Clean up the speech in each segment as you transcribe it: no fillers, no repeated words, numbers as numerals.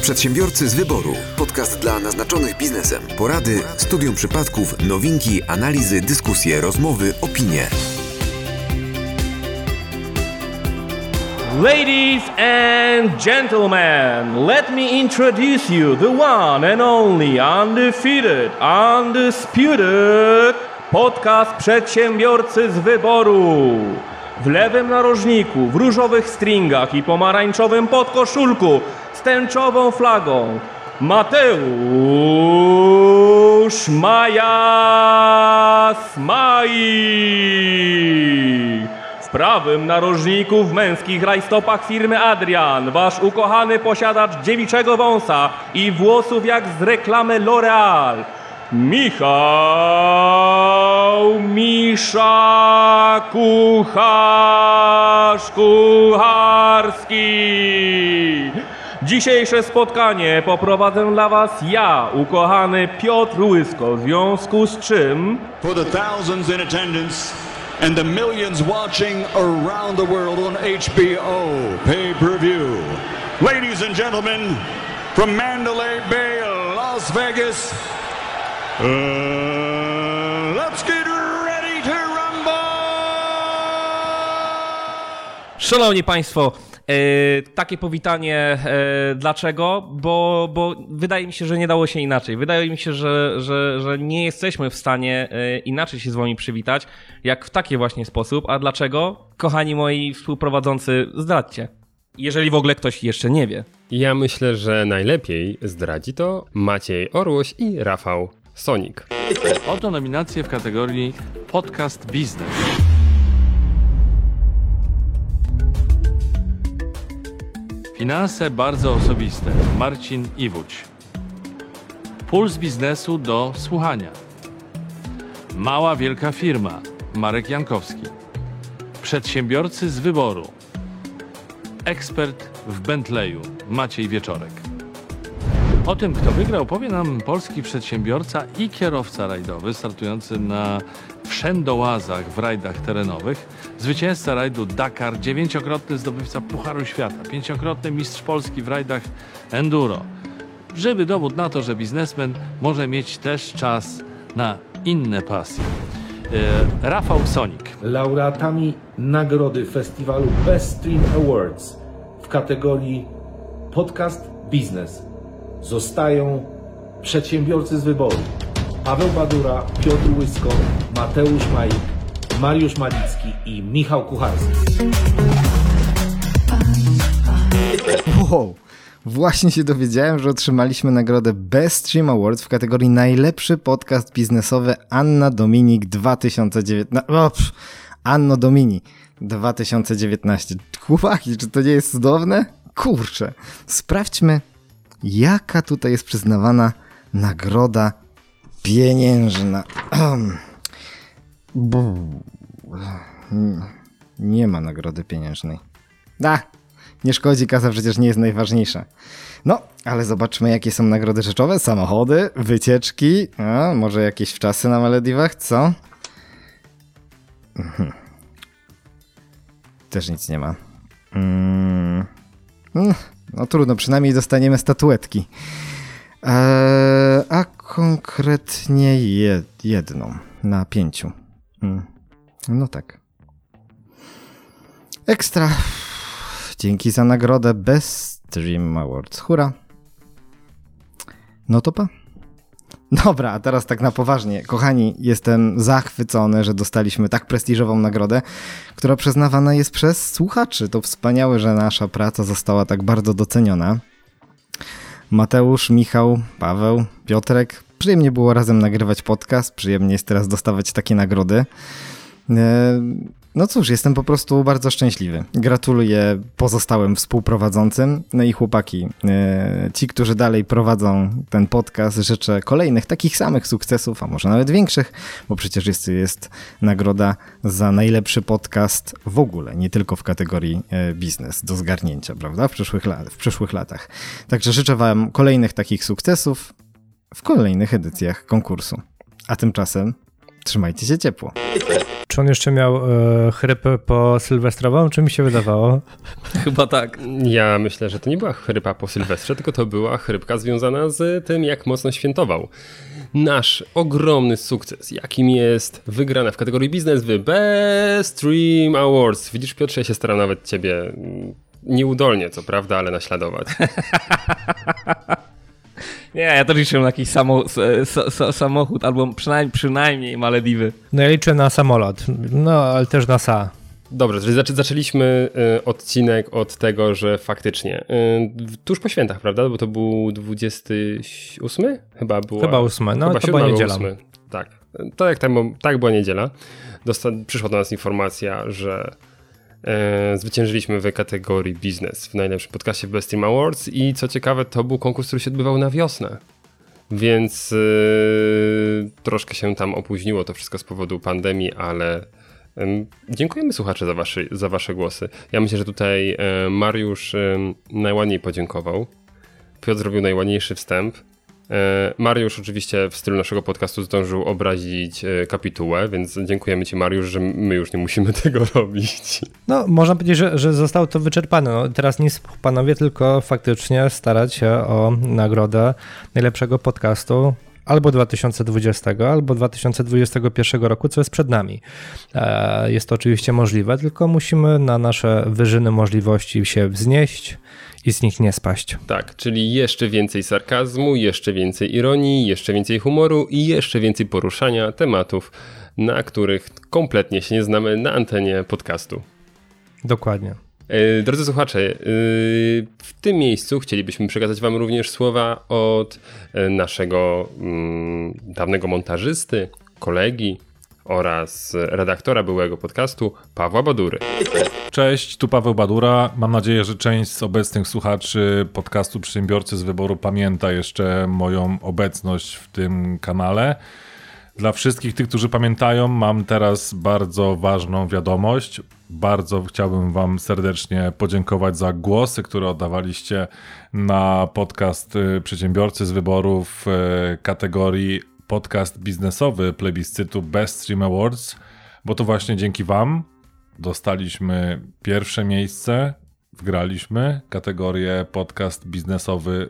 Przedsiębiorcy z wyboru. Podcast dla naznaczonych biznesem. Porady, studium przypadków, nowinki, analizy, dyskusje, rozmowy, opinie. Ladies and gentlemen, let me introduce you the one and only undefeated, undisputed podcast Przedsiębiorcy z wyboru. W lewym narożniku, w różowych stringach i pomarańczowym podkoszulku z tęczową flagą Mateusz Maja-Smajik. W prawym narożniku w męskich rajstopach firmy Adrian, wasz ukochany posiadacz dziewiczego wąsa i włosów jak z reklamy L'Oreal, Michał Misza Kucharski. Dzisiejsze spotkanie poprowadzę dla was ja, ukochany Piotr Łysko, w związku z czym... For the thousands in attendance and the millions watching around the world on HBO pay-per-view. Ladies and gentlemen, from Mandalay Bay, Las Vegas, let's get ready to rumble! Szanowni Państwo, takie powitanie, dlaczego? Bo wydaje mi się, że nie dało się inaczej. Wydaje mi się, że nie jesteśmy w stanie inaczej się z wami przywitać, jak w taki właśnie sposób. A dlaczego? Kochani moi współprowadzący, zdradźcie. Jeżeli w ogóle ktoś jeszcze nie wie. Ja myślę, że najlepiej zdradzi to Maciej Orłoś i Rafał Sonik. Oto nominacje w kategorii Podcast Biznes. Finanse bardzo osobiste. Marcin Iwódź. Puls biznesu do słuchania. Mała wielka firma. Marek Jankowski. Przedsiębiorcy z wyboru. Ekspert w Bentleyu. Maciej Wieczorek. O tym, kto wygrał, powie nam polski przedsiębiorca i kierowca rajdowy startujący na wszędołazach w rajdach terenowych, zwycięzca rajdu Dakar, 9-krotny zdobywca Pucharu Świata, 5-krotny mistrz Polski w rajdach enduro. Żywy dowód na to, że biznesmen może mieć też czas na inne pasje. Rafał Sonik. Laureatami nagrody festiwalu Best Stream Awards w kategorii Podcast Biznes zostają przedsiębiorcy z wyboru: Paweł Badura, Piotr Łysko, Mateusz Majik, Mariusz Malicki i Michał Kucharski. Wow, właśnie się dowiedziałem, że otrzymaliśmy nagrodę Best Stream Awards w kategorii Najlepszy Podcast Biznesowy Anno Domini 2019. Chłopaki, czy to nie jest cudowne? Kurczę, sprawdźmy, jaka tutaj jest przyznawana nagroda pieniężna. Nie ma nagrody pieniężnej. Nie szkodzi, kasa przecież nie jest najważniejsza. No, ale zobaczmy, jakie są nagrody rzeczowe. Samochody, wycieczki, może jakieś wczasy na Malediwach, co? Też nic nie ma. No trudno, przynajmniej dostaniemy statuetki. A konkretnie jedną na 5. No tak. Ekstra. Dzięki za nagrodę Best Stream Awards. Hurra. No to pa. Dobra, a teraz tak na poważnie. Kochani, jestem zachwycony, że dostaliśmy tak prestiżową nagrodę, która przyznawana jest przez słuchaczy. To wspaniałe, że nasza praca została tak bardzo doceniona. Mateusz, Michał, Paweł, Piotrek. Przyjemnie było razem nagrywać podcast. Przyjemnie jest teraz dostawać takie nagrody. No cóż, jestem po prostu bardzo szczęśliwy. Gratuluję pozostałym współprowadzącym. No i chłopaki, ci, którzy dalej prowadzą ten podcast, życzę kolejnych takich samych sukcesów, a może nawet większych, bo przecież jest nagroda za najlepszy podcast w ogóle, nie tylko w kategorii biznes do zgarnięcia, prawda, w przyszłych latach. Także życzę wam kolejnych takich sukcesów w kolejnych edycjach konkursu. A tymczasem Trzymajcie się ciepło. Czy on jeszcze miał chrypę po sylwestrową, czy mi się wydawało? Chyba tak. Ja myślę, że to nie była chrypa po Sylwestrze, tylko to była chrypka związana z tym, jak mocno świętował. Nasz ogromny sukces, jakim jest wygrana w kategorii biznes w Best Stream Awards. Widzisz, Piotrze, ja się staram nawet ciebie nieudolnie, co prawda, ale naśladować. Nie, ja też liczę na jakiś samochód, albo przynajmniej Malediwy. No ja liczę na samolot, no ale też na SA. Dobrze, czyli zaczęliśmy odcinek od tego, że faktycznie tuż po świętach, prawda? Bo to był 28? Chyba 8, no chyba to była niedziela. 8. Tak, to tak była niedziela. Przyszła do nas informacja, że zwyciężyliśmy w kategorii biznes w najlepszym podcaście w Best Stream Awards i co ciekawe, to był konkurs, który się odbywał na wiosnę. Więc troszkę się tam opóźniło to wszystko z powodu pandemii, ale dziękujemy słuchacze za wasze głosy. Ja myślę, że tutaj Mariusz najładniej podziękował. Piotr zrobił najładniejszy wstęp. Mariusz oczywiście w stylu naszego podcastu zdążył obrazić kapitułę, więc dziękujemy ci, Mariusz, że my już nie musimy tego robić. No, można powiedzieć, że zostało to wyczerpane. No, teraz nic, panowie, tylko faktycznie starać się o nagrodę najlepszego podcastu albo 2020, albo 2021 roku, co jest przed nami. Jest to oczywiście możliwe, tylko musimy na nasze wyżyny możliwości się wznieść i z nich nie spaść. Tak, czyli jeszcze więcej sarkazmu, jeszcze więcej ironii, jeszcze więcej humoru i jeszcze więcej poruszania tematów, na których kompletnie się nie znamy na antenie podcastu. Dokładnie. Drodzy słuchacze, w tym miejscu chcielibyśmy przekazać wam również słowa od naszego dawnego montażysty, kolegi oraz redaktora byłego podcastu Pawła Badury. Cześć, tu Paweł Badura. Mam nadzieję, że część z obecnych słuchaczy podcastu Przedsiębiorcy z Wyboru pamięta jeszcze moją obecność w tym kanale. Dla wszystkich tych, którzy pamiętają, mam teraz bardzo ważną wiadomość. Bardzo chciałbym wam serdecznie podziękować za głosy, które oddawaliście na podcast Przedsiębiorcy z Wyboru w kategorii podcast biznesowy plebiscytu Best Stream Awards, bo to właśnie dzięki wam dostaliśmy pierwsze miejsce, wgraliśmy kategorię podcast biznesowy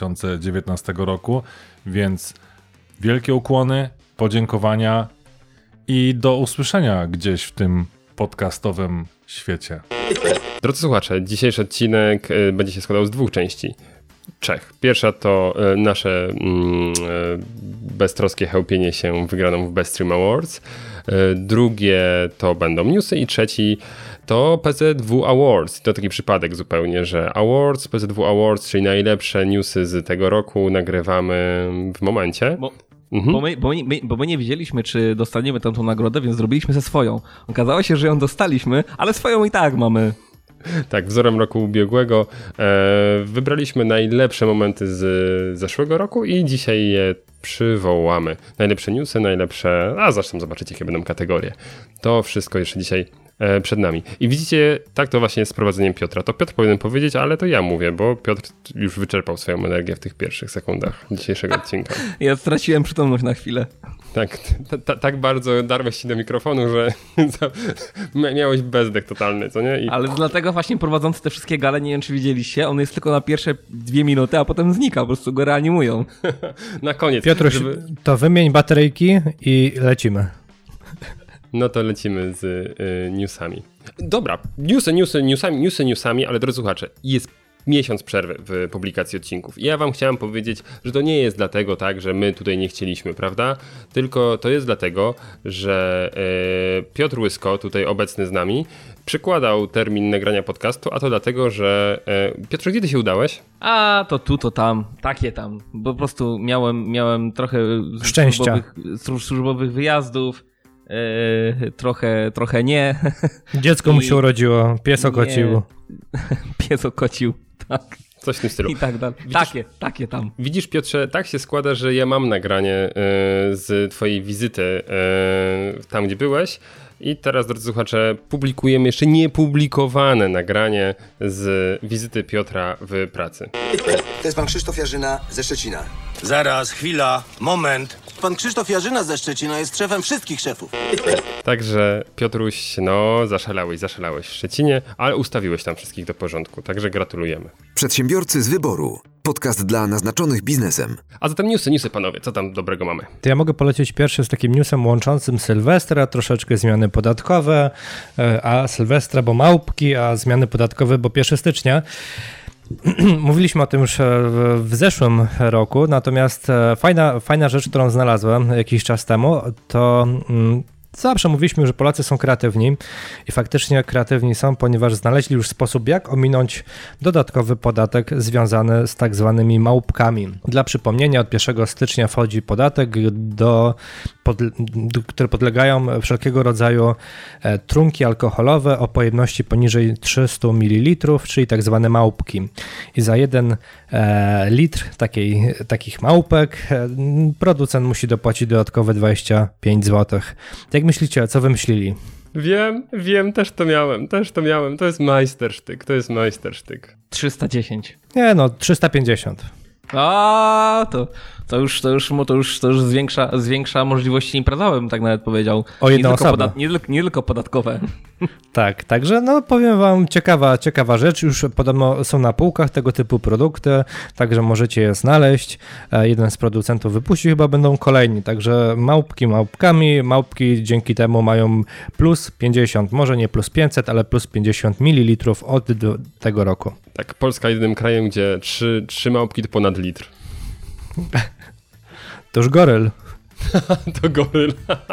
2019 roku, więc wielkie ukłony, podziękowania i do usłyszenia gdzieś w tym podcastowym świecie. Drodzy słuchacze, dzisiejszy odcinek będzie się składał z 2 części. 3. Pierwsza to nasze beztroskie chełpienie się wygraną w Best Stream Awards. Drugie to będą newsy i trzeci to PZW Awards. To taki przypadek zupełnie, że Awards, PZW Awards, czyli najlepsze newsy z tego roku nagrywamy w momencie. Bo my nie wiedzieliśmy, czy dostaniemy tamtą nagrodę, więc zrobiliśmy ze swoją. Okazało się, że ją dostaliśmy, ale swoją i tak mamy. Tak, wzorem roku ubiegłego wybraliśmy najlepsze momenty z zeszłego roku i dzisiaj je przywołamy. Najlepsze newsy, najlepsze... A zresztą zobaczycie, jakie będą kategorie. To wszystko jeszcze dzisiaj przed nami. I widzicie, tak to właśnie jest z prowadzeniem Piotra. To Piotr powinien powiedzieć, ale to ja mówię, bo Piotr już wyczerpał swoją energię w tych pierwszych sekundach dzisiejszego odcinka. Ja straciłem przytomność na chwilę. Tak, tak bardzo darłeś się do mikrofonu, że miałeś bezdech totalny, co nie? Ale dlatego właśnie prowadzący te wszystkie gale, nie wiem czy widzieliście, on jest tylko na pierwsze 2 minuty, a potem znika, po prostu go reanimują. Na koniec. Piotruś, to wymień bateryjki i lecimy. No to lecimy z newsami. Dobra, newsami, ale drodzy słuchacze, jest miesiąc przerwy w publikacji odcinków. I ja wam chciałem powiedzieć, że to nie jest dlatego tak, że my tutaj nie chcieliśmy, prawda? Tylko to jest dlatego, że Piotr Łysko, tutaj obecny z nami, przykładał termin nagrania podcastu, a to dlatego, że... Piotrze, gdzie ty się udałeś? A, to tu, to tam, takie tam. Po prostu miałem trochę szczęścia. Służbowych wyjazdów. Trochę nie. Dziecko mu się urodziło, pies okocił. Pies okocił, tak. Coś w tym stylu. I tak dalej. Takie tam. Widzisz, Piotrze, tak się składa, że ja mam nagranie z twojej wizyty tam, gdzie byłeś. I teraz, drodzy słuchacze, publikujemy jeszcze niepublikowane nagranie z wizyty Piotra w pracy. To jest pan Krzysztof Jarzyna ze Szczecina. Zaraz, chwila, moment. Pan Krzysztof Jarzyna ze Szczecina jest szefem wszystkich szefów. Także Piotruś, no zaszalałeś w Szczecinie, ale ustawiłeś tam wszystkich do porządku, także gratulujemy. Przedsiębiorcy z wyboru. Podcast dla naznaczonych biznesem. A zatem newsy panowie, co tam dobrego mamy? To ja mogę polecieć pierwszy z takim newsem łączącym Sylwestra, troszeczkę zmiany podatkowe, a Sylwestra, bo małpki, a zmiany podatkowe, bo 1 stycznia. Mówiliśmy o tym już w zeszłym roku, natomiast fajna rzecz, którą znalazłem jakiś czas temu, to zawsze mówiliśmy, że Polacy są kreatywni i faktycznie kreatywni są, ponieważ znaleźli już sposób, jak ominąć dodatkowy podatek związany z tak zwanymi małpkami. Dla przypomnienia, od 1 stycznia wchodzi podatek, które podlegają wszelkiego rodzaju trunki alkoholowe o pojemności poniżej 300 ml, czyli tak zwane małpki. I za 1 litr takich małpek producent musi dopłacić dodatkowe 25 zł. Jak myślicie, co wymyślili? Wiem, też to miałem. To jest majstersztyk. 310. Nie no, 350. A to już zwiększa możliwości imprezowe, bym tak nawet powiedział. O jedną osobę. Nie tylko podatkowe. Tak, także no powiem wam, ciekawa rzecz, już podobno są na półkach tego typu produkty, także możecie je znaleźć. Jeden z producentów wypuści, chyba będą kolejni, także małpki dzięki temu mają plus 50, może nie plus 500, ale plus 50 ml od tego roku. Tak, Polska jedynym krajem, gdzie 3 małpki to ponad litr. To już goryl. To goryl.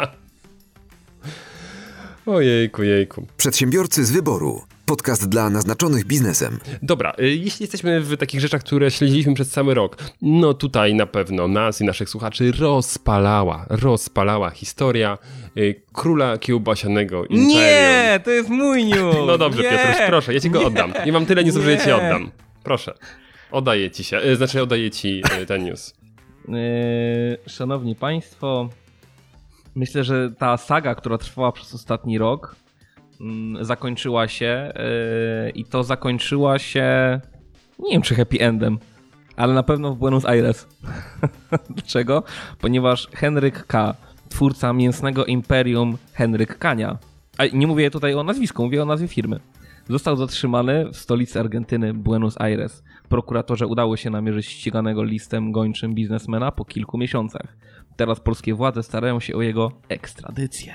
Ojejku. Przedsiębiorcy z wyboru. Podcast dla naznaczonych biznesem. Dobra, jeśli jesteśmy w takich rzeczach, które śledziliśmy przez cały rok, no tutaj na pewno nas i naszych słuchaczy rozpalała historia króla kiełbasianego imperium. Nie, to jest mój news. No dobrze, Piotruś, proszę, ja ci go oddam. Ja mam tyle newsów, że ja ci oddam. Proszę, oddaję ci ten news. Szanowni Państwo, myślę, że ta saga, która trwała przez ostatni rok, zakończyła się i to zakończyła się, nie wiem czy happy endem, ale na pewno w Buenos Aires. Dlaczego? Ponieważ Henryk K., twórca mięsnego imperium Henryk Kania, a nie mówię tutaj o nazwisku, mówię o nazwie firmy, został zatrzymany w stolicy Argentyny, Buenos Aires. Prokuratorze udało się namierzyć ściganego listem gończym biznesmena po kilku miesiącach. Teraz polskie władze starają się o jego ekstradycję.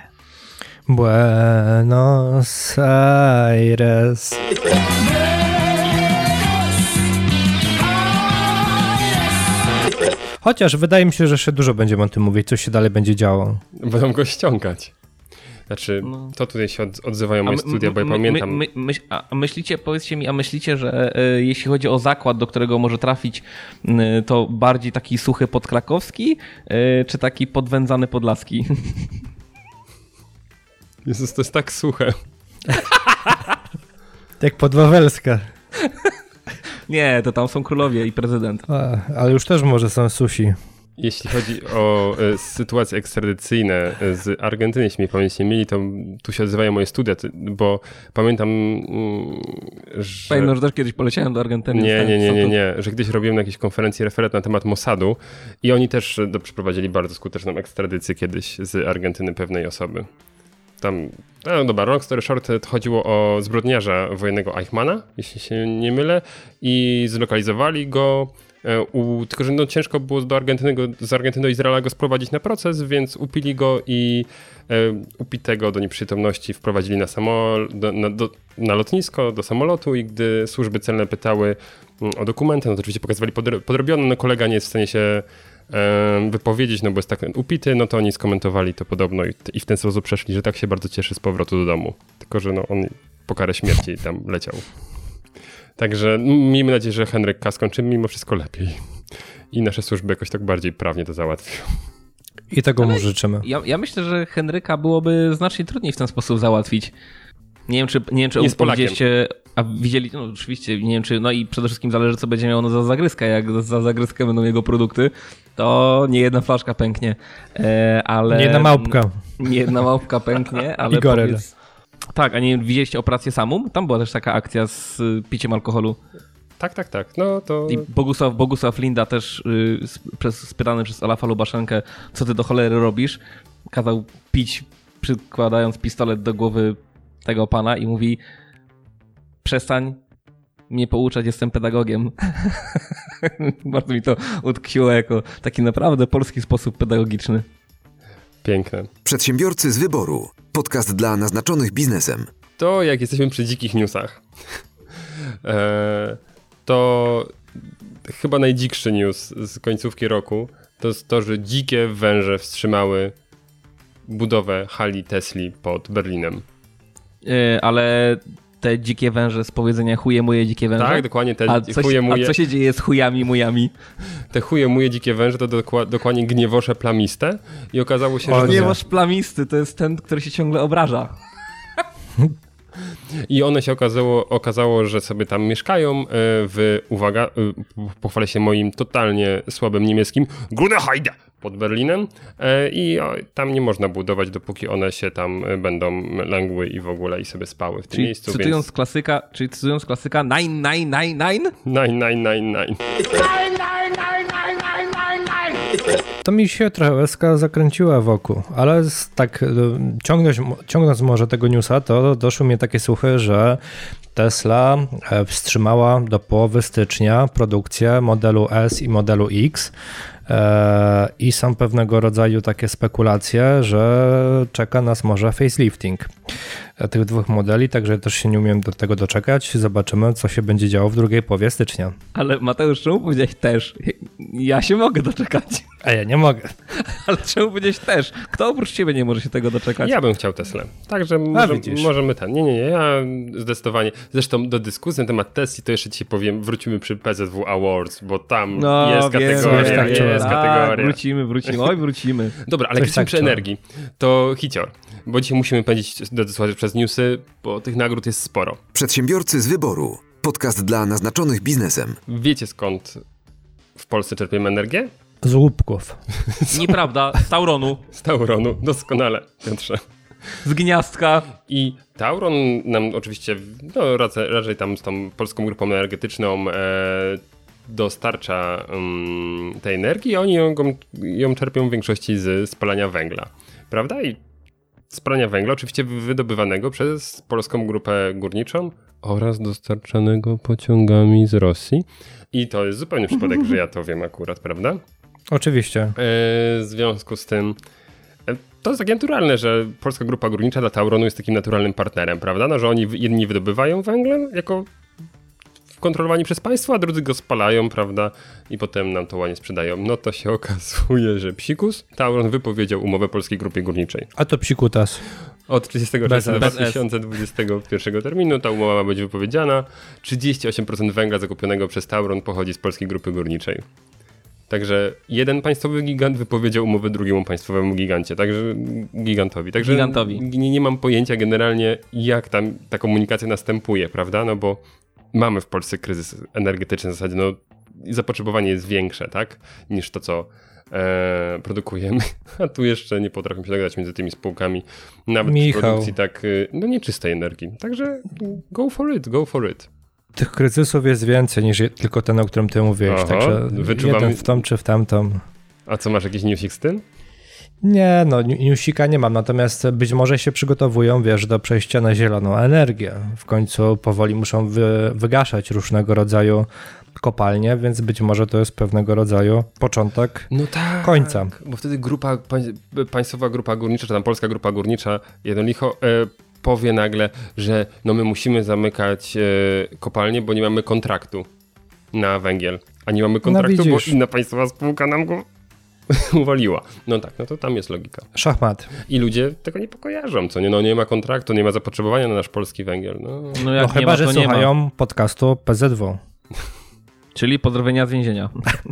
Buenos Aires. Chociaż wydaje mi się, że jeszcze dużo będziemy o tym mówić, co się dalej będzie działo. Będą go ściągać. Znaczy, to tutaj się odzywają moje studia, bo ja pamiętam. Myślicie, że jeśli chodzi o zakład, do którego może trafić, to bardziej taki suchy podkrakowski, czy taki podwędzany podlaski? Jezus, to jest tak suche. Jak podwawelska. Nie, to tam są królowie i prezydent. Ale już też może są susi. Jeśli chodzi o sytuacje ekstradycyjne z Argentyny, jeśli mnie pamięć nie mieli, to tu się odzywają moje studia, bo pamiętam, że... Pamiętam, że też kiedyś poleciałem do Argentyny. Nie, że kiedyś robiłem na jakiejś konferencji referat na temat Mossadu i oni też przeprowadzili bardzo skuteczną ekstradycję kiedyś z Argentyny pewnej osoby. Tam, no dobra, long story short, to chodziło o zbrodniarza wojennego Eichmana, jeśli się nie mylę, i zlokalizowali go, tylko że ciężko było z Argentyny do Izraela go sprowadzić na proces, więc upili go i upitego do nieprzytomności wprowadzili na lotnisko, do samolotu, i gdy służby celne pytały o dokumenty, no to oczywiście pokazywali podrobione, no kolega nie jest w stanie się wypowiedzieć, no bo jest tak upity, no to oni skomentowali to podobno i w ten sposób przeszli, że tak się bardzo cieszy z powrotu do domu. Tylko że no on po karę śmierci tam leciał. Także miejmy nadzieję, że Henryk K. skończy mimo wszystko lepiej. I nasze służby jakoś tak bardziej prawnie to załatwią. I tego mu życzymy. Ja myślę, że Henryka byłoby znacznie trudniej w ten sposób załatwić. Nie wiem, czy widzieliście, a widzieli, no oczywiście, nie wiem, czy, no i przede wszystkim zależy, co będzie miało za zagryskę. Jak za zagryskę będą jego produkty, to nie jedna flaszka pęknie, ale... Nie jedna małpka. Nie jedna małpka pęknie, ale powiedz... Tak, a nie widzieliście operację Samum? Tam była też taka akcja z piciem alkoholu. Tak. No to... I Bogusław Linda też spytany przez Olafa Lubaszenkę, co ty do cholery robisz, kazał pić, przykładając pistolet do głowy tego pana i mówi: przestań mnie pouczać, jestem pedagogiem. Bardzo mi to utkwiło jako taki naprawdę polski sposób pedagogiczny. Piękne. Przedsiębiorcy z wyboru. Podcast dla naznaczonych biznesem. To jak jesteśmy przy dzikich newsach, to chyba najdzikszy news z końcówki roku to jest to, że dzikie węże wstrzymały budowę hali Tesli pod Berlinem. Ale te dzikie węże z powiedzenia chuje muje dzikie węże? Tak, dokładnie. A co się dzieje z chujami mujami? Te chuje muje dzikie węże to dokładnie gniewosze plamiste i okazało się, że... Gniewosz plamisty to jest ten, który się ciągle obraża. I one się okazało, że sobie tam mieszkają pochwalę się moim totalnie słabym niemieckim, Grunewalde pod Berlinem i tam nie można budować, dopóki one się tam będą lęgły i w ogóle i sobie spały w tym miejscu. Cytując klasyka, nine, nine, nine, nine? Nine, nine, nine, nine. To mi się trochę łezka zakręciła wokół, ale tak ciągnąc może tego newsa, to doszły mnie takie słuchy, że Tesla wstrzymała do połowy stycznia produkcję modelu S i modelu X i są pewnego rodzaju takie spekulacje, że czeka nas może facelifting tych dwóch modeli, także też się nie umiem do tego doczekać. Zobaczymy, co się będzie działo w drugiej połowie stycznia. Ale Mateusz, czemu powiedziałeś też? Ja się mogę doczekać. A ja nie mogę. Ale czemu powiedziałeś też? Kto oprócz ciebie nie może się tego doczekać? Ja bym chciał Teslę. Także możemy ten. Nie. Ja zdecydowanie. Zresztą do dyskusji na temat Tesli to jeszcze ci powiem, wrócimy przy PZW Awards, bo tam jest kategoria. Wrócimy. Dobra, ale jesteśmy przy energii. To hicior. Bo dzisiaj musimy pędzić przez newsy, bo tych nagród jest sporo. Przedsiębiorcy z wyboru. Podcast dla naznaczonych biznesem. Wiecie skąd w Polsce czerpiemy energię? Z łupków. Nieprawda, z Tauronu. Z Tauronu, doskonale, Piotrze. Z Gniazdka. I Tauron nam oczywiście, raczej tam z tą polską grupą energetyczną dostarcza tej energii, a oni ją czerpią w większości z spalania węgla, prawda? I spalania węgla, oczywiście wydobywanego przez polską grupę górniczą oraz dostarczanego pociągami z Rosji. I to jest zupełnie przypadek, że ja to wiem akurat, prawda? Oczywiście. W związku z tym to jest takie naturalne, że polska grupa górnicza dla Tauronu jest takim naturalnym partnerem, prawda? No, że oni jedni wydobywają węgiel jako kontrolowani przez państwo, a drudzy go spalają, prawda? I potem nam to ładnie sprzedają. No to się okazuje, że psikus, Tauron wypowiedział umowę polskiej grupie górniczej. A to psikutas. Od 30 czerwca 2021 terminu ta umowa ma być wypowiedziana. 38% węgla zakupionego przez Tauron pochodzi z polskiej grupy górniczej. Także jeden państwowy gigant wypowiedział umowę drugiemu państwowemu gigancie, gigantowi. Także nie mam pojęcia generalnie, jak tam ta komunikacja następuje, prawda? No bo mamy w Polsce kryzys energetyczny w zasadzie, no zapotrzebowanie jest większe, tak? Niż to, co produkujemy, a tu jeszcze nie potrafimy się dogadać między tymi spółkami, nawet przy produkcji tak, no nieczystej energii. Także go for it. Tych kryzysów jest więcej niż tylko ten, o którym ty mówiłeś, także jeden w tą czy w tamtą. A co, masz jakiś newsik z tym? Nie, no newsika nie mam, natomiast być może się przygotowują, do przejścia na zieloną energię. W końcu powoli muszą wygaszać różnego rodzaju kopalnie, więc być może to jest pewnego rodzaju początek końca. Bo wtedy państwowa grupa górnicza, czy tam polska grupa górnicza, jedno licho, powie nagle, że no my musimy zamykać kopalnię, bo nie mamy kontraktu na węgiel. A nie mamy kontraktu, bo inna państwowa spółka nam go uwaliła. No tak, no to tam jest logika. Szachmat. I ludzie tego nie pokojarzą, co nie? No nie ma kontraktu, nie ma zapotrzebowania na nasz polski węgiel. No chyba, że słuchają podcastu PZW. Czyli pozdrowienia z więzienia.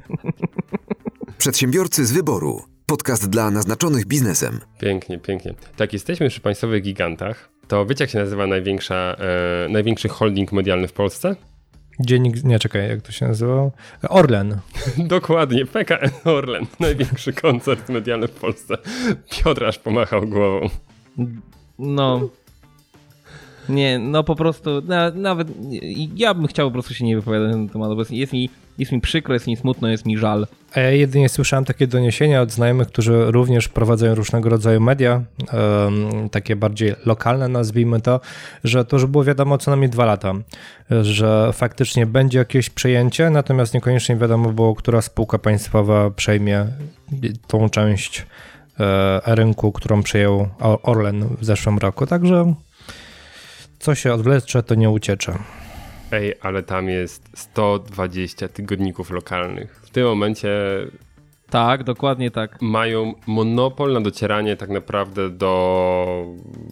Przedsiębiorcy z wyboru. Podcast dla naznaczonych biznesem. Pięknie. Tak, jesteśmy przy państwowych gigantach. to wiecie, jak się nazywa największy holding medialny w Polsce? Dziennik, nie, czekaj, jak to się nazywał? Orlen. Dokładnie, PKN Orlen, największy koncern medialny w Polsce. Piotr aż pomachał głową. No... Nie, no po prostu, nawet ja bym chciał po prostu się nie wypowiadać na ten temat, bo jest mi przykro, jest mi smutno, jest mi żal. A ja jedynie słyszałem takie doniesienia od znajomych, którzy również prowadzają różnego rodzaju media, takie bardziej lokalne, nazwijmy to, że to już było wiadomo co najmniej 2 lata, że faktycznie będzie jakieś przejęcie, natomiast niekoniecznie wiadomo było, która spółka państwowa przejmie tą część rynku, którą przejął Orlen w zeszłym roku, także co się odwlecze, to nie uciecze. Ej, ale tam jest 120 tygodników lokalnych. W tym momencie... Tak, dokładnie tak. Mają monopol na docieranie tak naprawdę do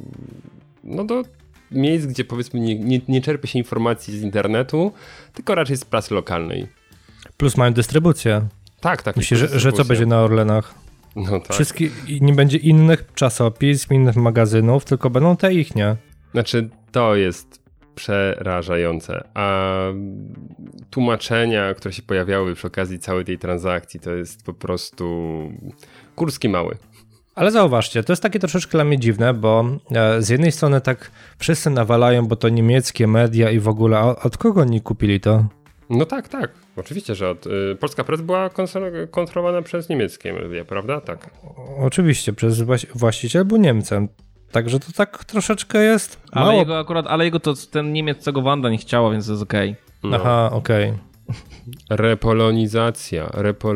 miejsc, gdzie powiedzmy nie czerpie się informacji z internetu, tylko raczej z prasy lokalnej. Plus mają dystrybucję. Tak. Myślisz, że co będzie na Orlenach? No tak. Nie będzie innych czasopism, innych magazynów, tylko będą te ich, nie? Znaczy, to jest przerażające. A tłumaczenia, które się pojawiały przy okazji całej tej transakcji, to jest po prostu Kurski mały. Ale zauważcie, to jest takie troszeczkę dla mnie dziwne, bo z jednej strony tak wszyscy nawalają, bo to niemieckie media i w ogóle, a od kogo oni kupili to? No tak. Oczywiście, że Polska Press była kontrolowana przez niemieckie media, prawda? Tak. Oczywiście, przez właściciel był Niemcem. Także to tak troszeczkę jest mało. Ale jego to ten Niemiec, co go Wanda nie chciała, więc to jest okej. No. Aha, okej. Repolonizacja.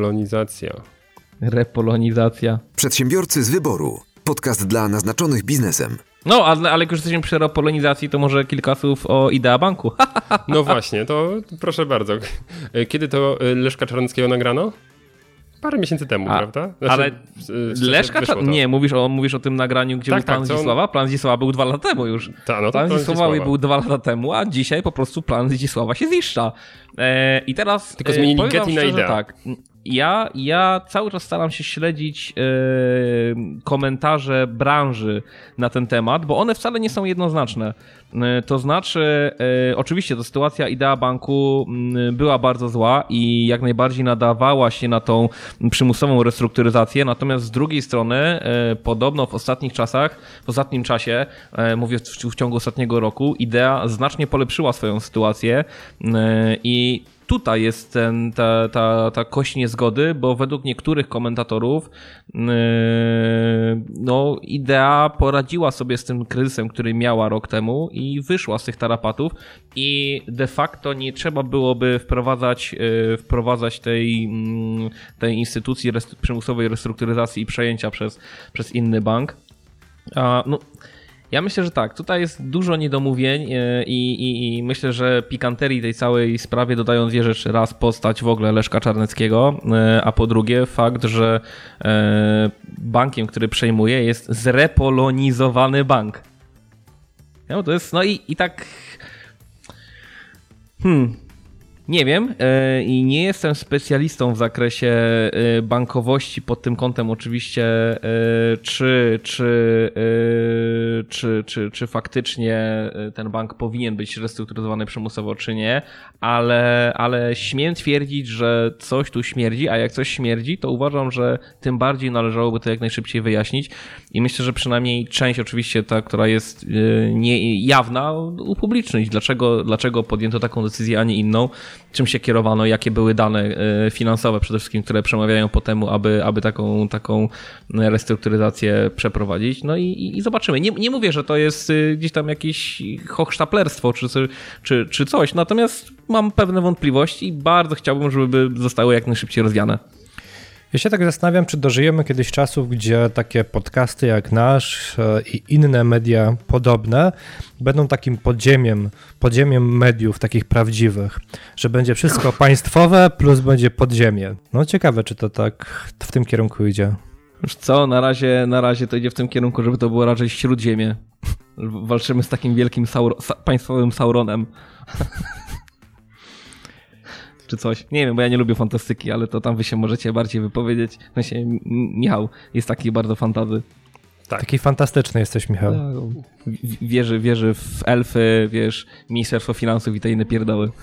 Przedsiębiorcy z wyboru. Podcast dla naznaczonych biznesem. No, ale jak już jesteśmy przy repolonizacji, to może kilka słów o Idea Banku. No właśnie, to proszę bardzo. Kiedy to Leszka Czarneckiego nagrano? Parę miesięcy temu, prawda? Znaczy, ale Leszka nie, mówisz o tym nagraniu, gdzie był plan Zdzisława? Plan Zdzisława był 2 lata temu już. Plan Zdzisława był 2 lata temu, a dzisiaj po prostu plan Zdzisława się ziszcza. I teraz tylko zmienili Getty na Idea. Tak, ja cały czas staram się śledzić komentarze branży na ten temat, bo one wcale nie są jednoznaczne. To znaczy, oczywiście ta sytuacja Idea Banku była bardzo zła i jak najbardziej nadawała się na tą przymusową restrukturyzację, natomiast z drugiej strony podobno w ostatnim czasie, mówię w ciągu ostatniego roku, Idea znacznie polepszyła swoją sytuację i tutaj jest ta kość niezgody, bo według niektórych komentatorów Idea poradziła sobie z tym kryzysem, który miała rok temu i wyszła z tych tarapatów i de facto nie trzeba byłoby wprowadzać tej instytucji przymusowej restrukturyzacji i przejęcia przez inny bank. Ja myślę, że tak, tutaj jest dużo niedomówień i myślę, że pikanterii tej całej sprawie dodają 2 rzeczy. Raz postać w ogóle Leszka Czarneckiego, a po drugie fakt, że bankiem, który przejmuje, jest zrepolonizowany bank. No to jest, i tak... Nie wiem i nie jestem specjalistą w zakresie bankowości pod tym kątem oczywiście, czy faktycznie ten bank powinien być restrukturyzowany przymusowo, czy nie, ale śmiem twierdzić, że coś tu śmierdzi, a jak coś śmierdzi, to uważam, że tym bardziej należałoby to jak najszybciej wyjaśnić i myślę, że przynajmniej część oczywiście ta, która jest niejawna, upublicznić. Dlaczego podjęto taką decyzję, a nie inną? Czym się kierowano, jakie były dane finansowe przede wszystkim, które przemawiają po temu, aby taką restrukturyzację przeprowadzić. No i zobaczymy. Nie mówię, że to jest gdzieś tam jakieś hochsztaplerstwo czy coś, natomiast mam pewne wątpliwości i bardzo chciałbym, żeby zostały jak najszybciej rozwiane. Ja się tak zastanawiam, czy dożyjemy kiedyś czasów, gdzie takie podcasty jak nasz i inne media podobne będą takim podziemiem mediów takich prawdziwych, że będzie wszystko państwowe plus będzie podziemie. No ciekawe, czy to tak w tym kierunku idzie. Już co, na razie to idzie w tym kierunku, żeby to było raczej śródziemie. Walczymy z takim wielkim państwowym Sauronem. Czy coś. Nie wiem, bo ja nie lubię fantastyki, ale to tam wy się możecie bardziej wypowiedzieć. Michał jest taki bardzo fantazy. Tak. Taki fantastyczny jesteś, Michał. Wierzy w elfy, wiesz, Ministerstwo Finansów i te inne pierdoły.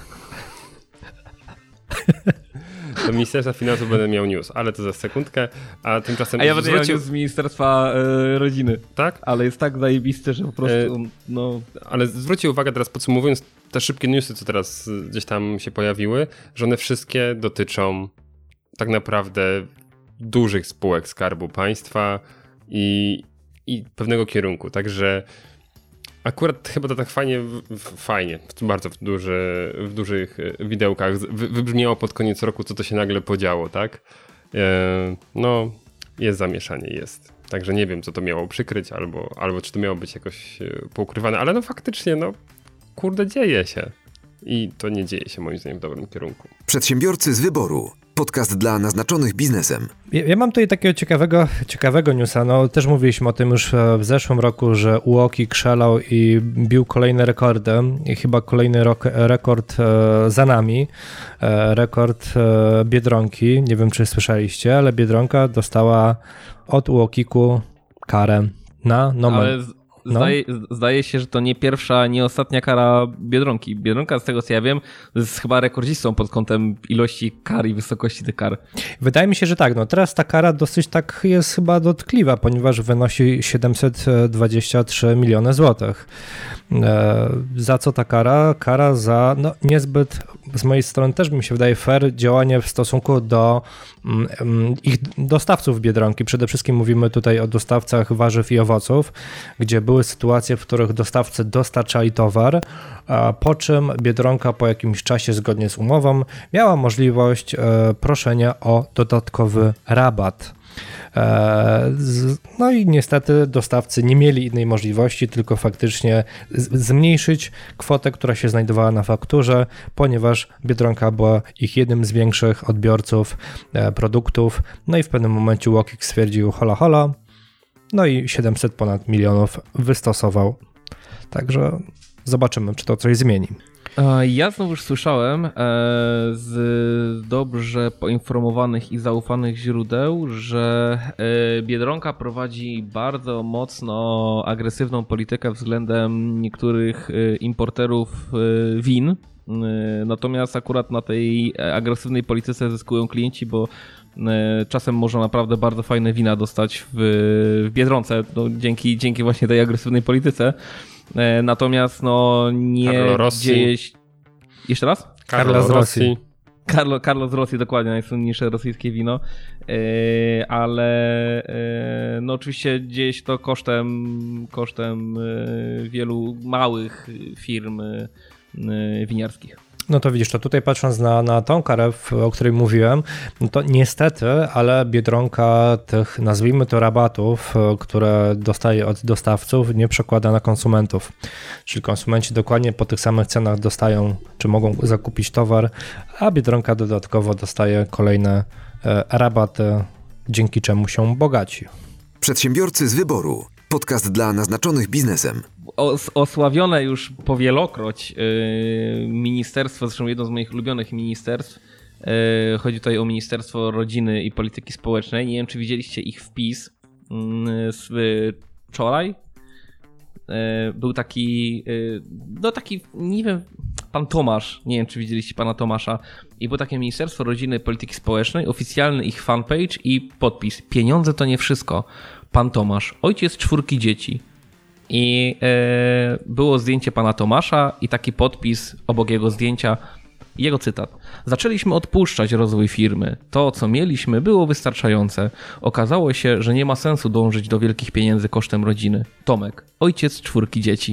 Do Ministerstwa Finansów będę miał news, ale to za sekundkę, a tymczasem... A ja będę miał news z Ministerstwa Rodziny. Tak? Ale jest tak zajebisty, że po prostu, Ale zwróćcie uwagę teraz, podsumowując te szybkie newsy, co teraz gdzieś tam się pojawiły, że one wszystkie dotyczą tak naprawdę dużych spółek Skarbu Państwa i pewnego kierunku, także akurat chyba to tak fajnie, bardzo w dużych widełkach wybrzmiało pod koniec roku, co to się nagle podziało, tak? No, jest zamieszanie, jest. Także nie wiem, co to miało przykryć, albo czy to miało być jakoś poukrywane, ale no faktycznie, no kurde, dzieje się. I to nie dzieje się moim zdaniem w dobrym kierunku. Przedsiębiorcy z wyboru. Podcast dla naznaczonych biznesem. Ja mam tutaj takiego ciekawego newsa. No, też mówiliśmy o tym już w zeszłym roku, że UOKiK szalał i bił kolejne rekordy. I chyba kolejny rekord za nami. Rekord Biedronki. Nie wiem, czy słyszeliście, ale Biedronka dostała od UOKiK-u karę na Zdaje się, że to nie pierwsza, nie ostatnia kara Biedronki. Biedronka, z tego co ja wiem, jest chyba rekordzistą pod kątem ilości kar i wysokości tych kar. Wydaje mi się, że tak. No teraz ta kara dosyć tak jest chyba dotkliwa, ponieważ wynosi 723 miliony złotych. Za co ta kara? Kara za niezbyt, z mojej strony też mi się wydaje, fair działanie w stosunku do ich dostawców Biedronki. Przede wszystkim mówimy tutaj o dostawcach warzyw i owoców, gdzie były sytuacje, w których dostawcy dostarczali towar, po czym Biedronka po jakimś czasie, zgodnie z umową, miała możliwość proszenia o dodatkowy rabat. No i niestety dostawcy nie mieli innej możliwości, tylko faktycznie zmniejszyć kwotę, która się znajdowała na fakturze, ponieważ Biedronka była ich jednym z większych odbiorców produktów. No i w pewnym momencie UOKiK stwierdził hola, no i 700 ponad milionów wystosował. Także zobaczymy, czy to coś zmieni. Ja znowu już słyszałem z dobrze poinformowanych i zaufanych źródeł, że Biedronka prowadzi bardzo mocno agresywną politykę względem niektórych importerów win. Natomiast akurat na tej agresywnej polityce zyskują klienci, bo czasem można naprawdę bardzo fajne wina dostać w Biedronce, dzięki właśnie tej agresywnej polityce. Natomiast nie dzieje się... Jeszcze raz? Carlo z Rosji. Carlo z Rosji, dokładnie, najsłynniejsze rosyjskie wino, ale oczywiście dzieje się to kosztem wielu małych firm winiarskich. No to widzisz, to tutaj patrząc na tą karę, o której mówiłem, no to niestety, ale Biedronka tych, nazwijmy to, rabatów, które dostaje od dostawców, nie przekłada na konsumentów. Czyli konsumenci dokładnie po tych samych cenach dostają, czy mogą zakupić towar, a Biedronka dodatkowo dostaje kolejne rabaty, dzięki czemu się bogaci. Przedsiębiorcy z wyboru. Podcast dla naznaczonych biznesem. Osławione już powielokroć ministerstwo, zresztą jedno z moich ulubionych ministerstw, chodzi tutaj o Ministerstwo Rodziny i Polityki Społecznej. Nie wiem, czy widzieliście ich wpis z wczoraj. Był taki, nie wiem, pan Tomasz, nie wiem, czy widzieliście pana Tomasza, i było takie Ministerstwo Rodziny i Polityki Społecznej, oficjalny ich fanpage i podpis: pieniądze to nie wszystko. Pan Tomasz, ojciec 4 dzieci. I było zdjęcie pana Tomasza i taki podpis obok jego zdjęcia, jego cytat: zaczęliśmy odpuszczać rozwój firmy. To, co mieliśmy, było wystarczające. Okazało się, że nie ma sensu dążyć do wielkich pieniędzy kosztem rodziny. Tomek, ojciec 4 dzieci.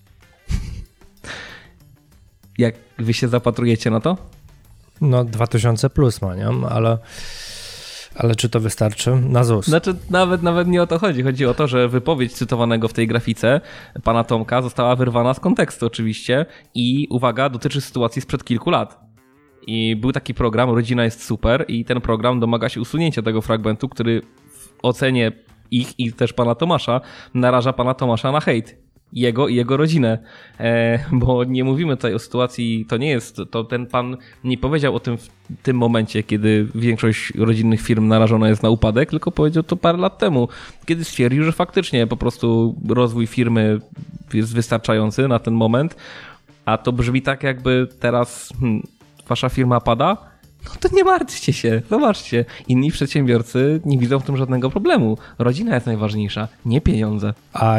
Jak wy się zapatrujecie na to? 2000 plus ma, nie? Ale czy to wystarczy na ZUS? Znaczy nawet nie o to chodzi. Chodzi o to, że wypowiedź cytowanego w tej grafice pana Tomka została wyrwana z kontekstu oczywiście i uwaga, dotyczy sytuacji sprzed kilku lat. I był taki program Rodzina jest super i ten program domaga się usunięcia tego fragmentu, który w ocenie ich i też pana Tomasza naraża pana Tomasza na hejt. jego i jego rodzinę, bo nie mówimy tutaj o sytuacji, to ten pan nie powiedział o tym w tym momencie, kiedy większość rodzinnych firm narażona jest na upadek, tylko powiedział to parę lat temu, kiedy stwierdził, że faktycznie po prostu rozwój firmy jest wystarczający na ten moment, a to brzmi tak, jakby teraz wasza firma pada. No to nie martwcie się, zobaczcie, inni przedsiębiorcy nie widzą w tym żadnego problemu. Rodzina jest najważniejsza, nie pieniądze.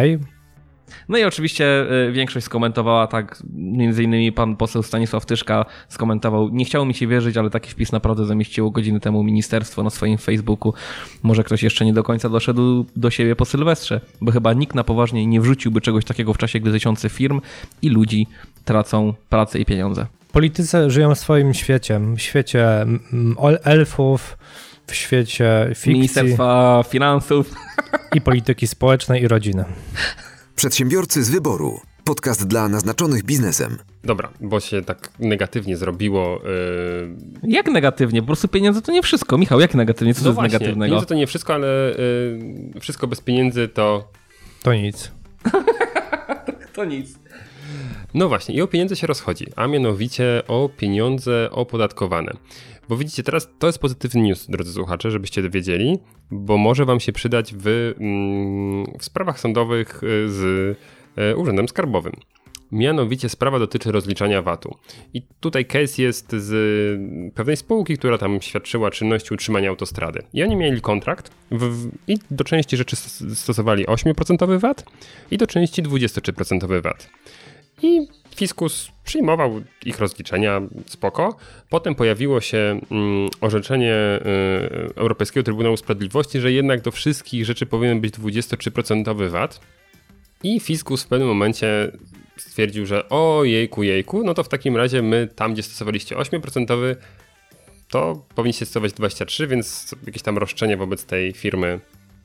No i oczywiście większość skomentowała tak, między innymi pan poseł Stanisław Tyszka skomentował, nie chciało mi się wierzyć, ale taki wpis naprawdę zamieściło godziny temu ministerstwo na swoim Facebooku. Może ktoś jeszcze nie do końca doszedł do siebie po Sylwestrze, bo chyba nikt na poważnie nie wrzuciłby czegoś takiego w czasie, gdy tysiące firm i ludzi tracą pracę i pieniądze. Politycy żyją w swoim świecie, w świecie elfów, w świecie fikcji. Ministerstwa Finansów. I polityki społecznej i rodziny. Przedsiębiorcy z wyboru. Podcast dla naznaczonych biznesem. Dobra, bo się tak negatywnie zrobiło. Jak negatywnie? Po prostu pieniądze to nie wszystko. Michał, jak negatywnie? Co to jest właśnie, negatywnego? Pieniądze to nie wszystko, ale wszystko bez pieniędzy to... To nic. To nic. No właśnie, i o pieniądze się rozchodzi, a mianowicie o pieniądze opodatkowane. Bo widzicie, teraz to jest pozytywny news, drodzy słuchacze, żebyście dowiedzieli, bo może wam się przydać w sprawach sądowych z Urzędem Skarbowym. Mianowicie sprawa dotyczy rozliczania VAT-u. I tutaj case jest z pewnej spółki, która tam świadczyła czynności utrzymania autostrady. I oni mieli kontrakt i do części rzeczy stosowali 8% VAT i do części 23% VAT. I fiskus przyjmował ich rozliczenia, spoko. Potem pojawiło się orzeczenie Europejskiego Trybunału Sprawiedliwości, że jednak do wszystkich rzeczy powinien być 23% VAT. I fiskus w pewnym momencie stwierdził, że o jejku, no to w takim razie my tam, gdzie stosowaliście 8%, to powinniście stosować 23%, więc jakieś tam roszczenie wobec tej firmy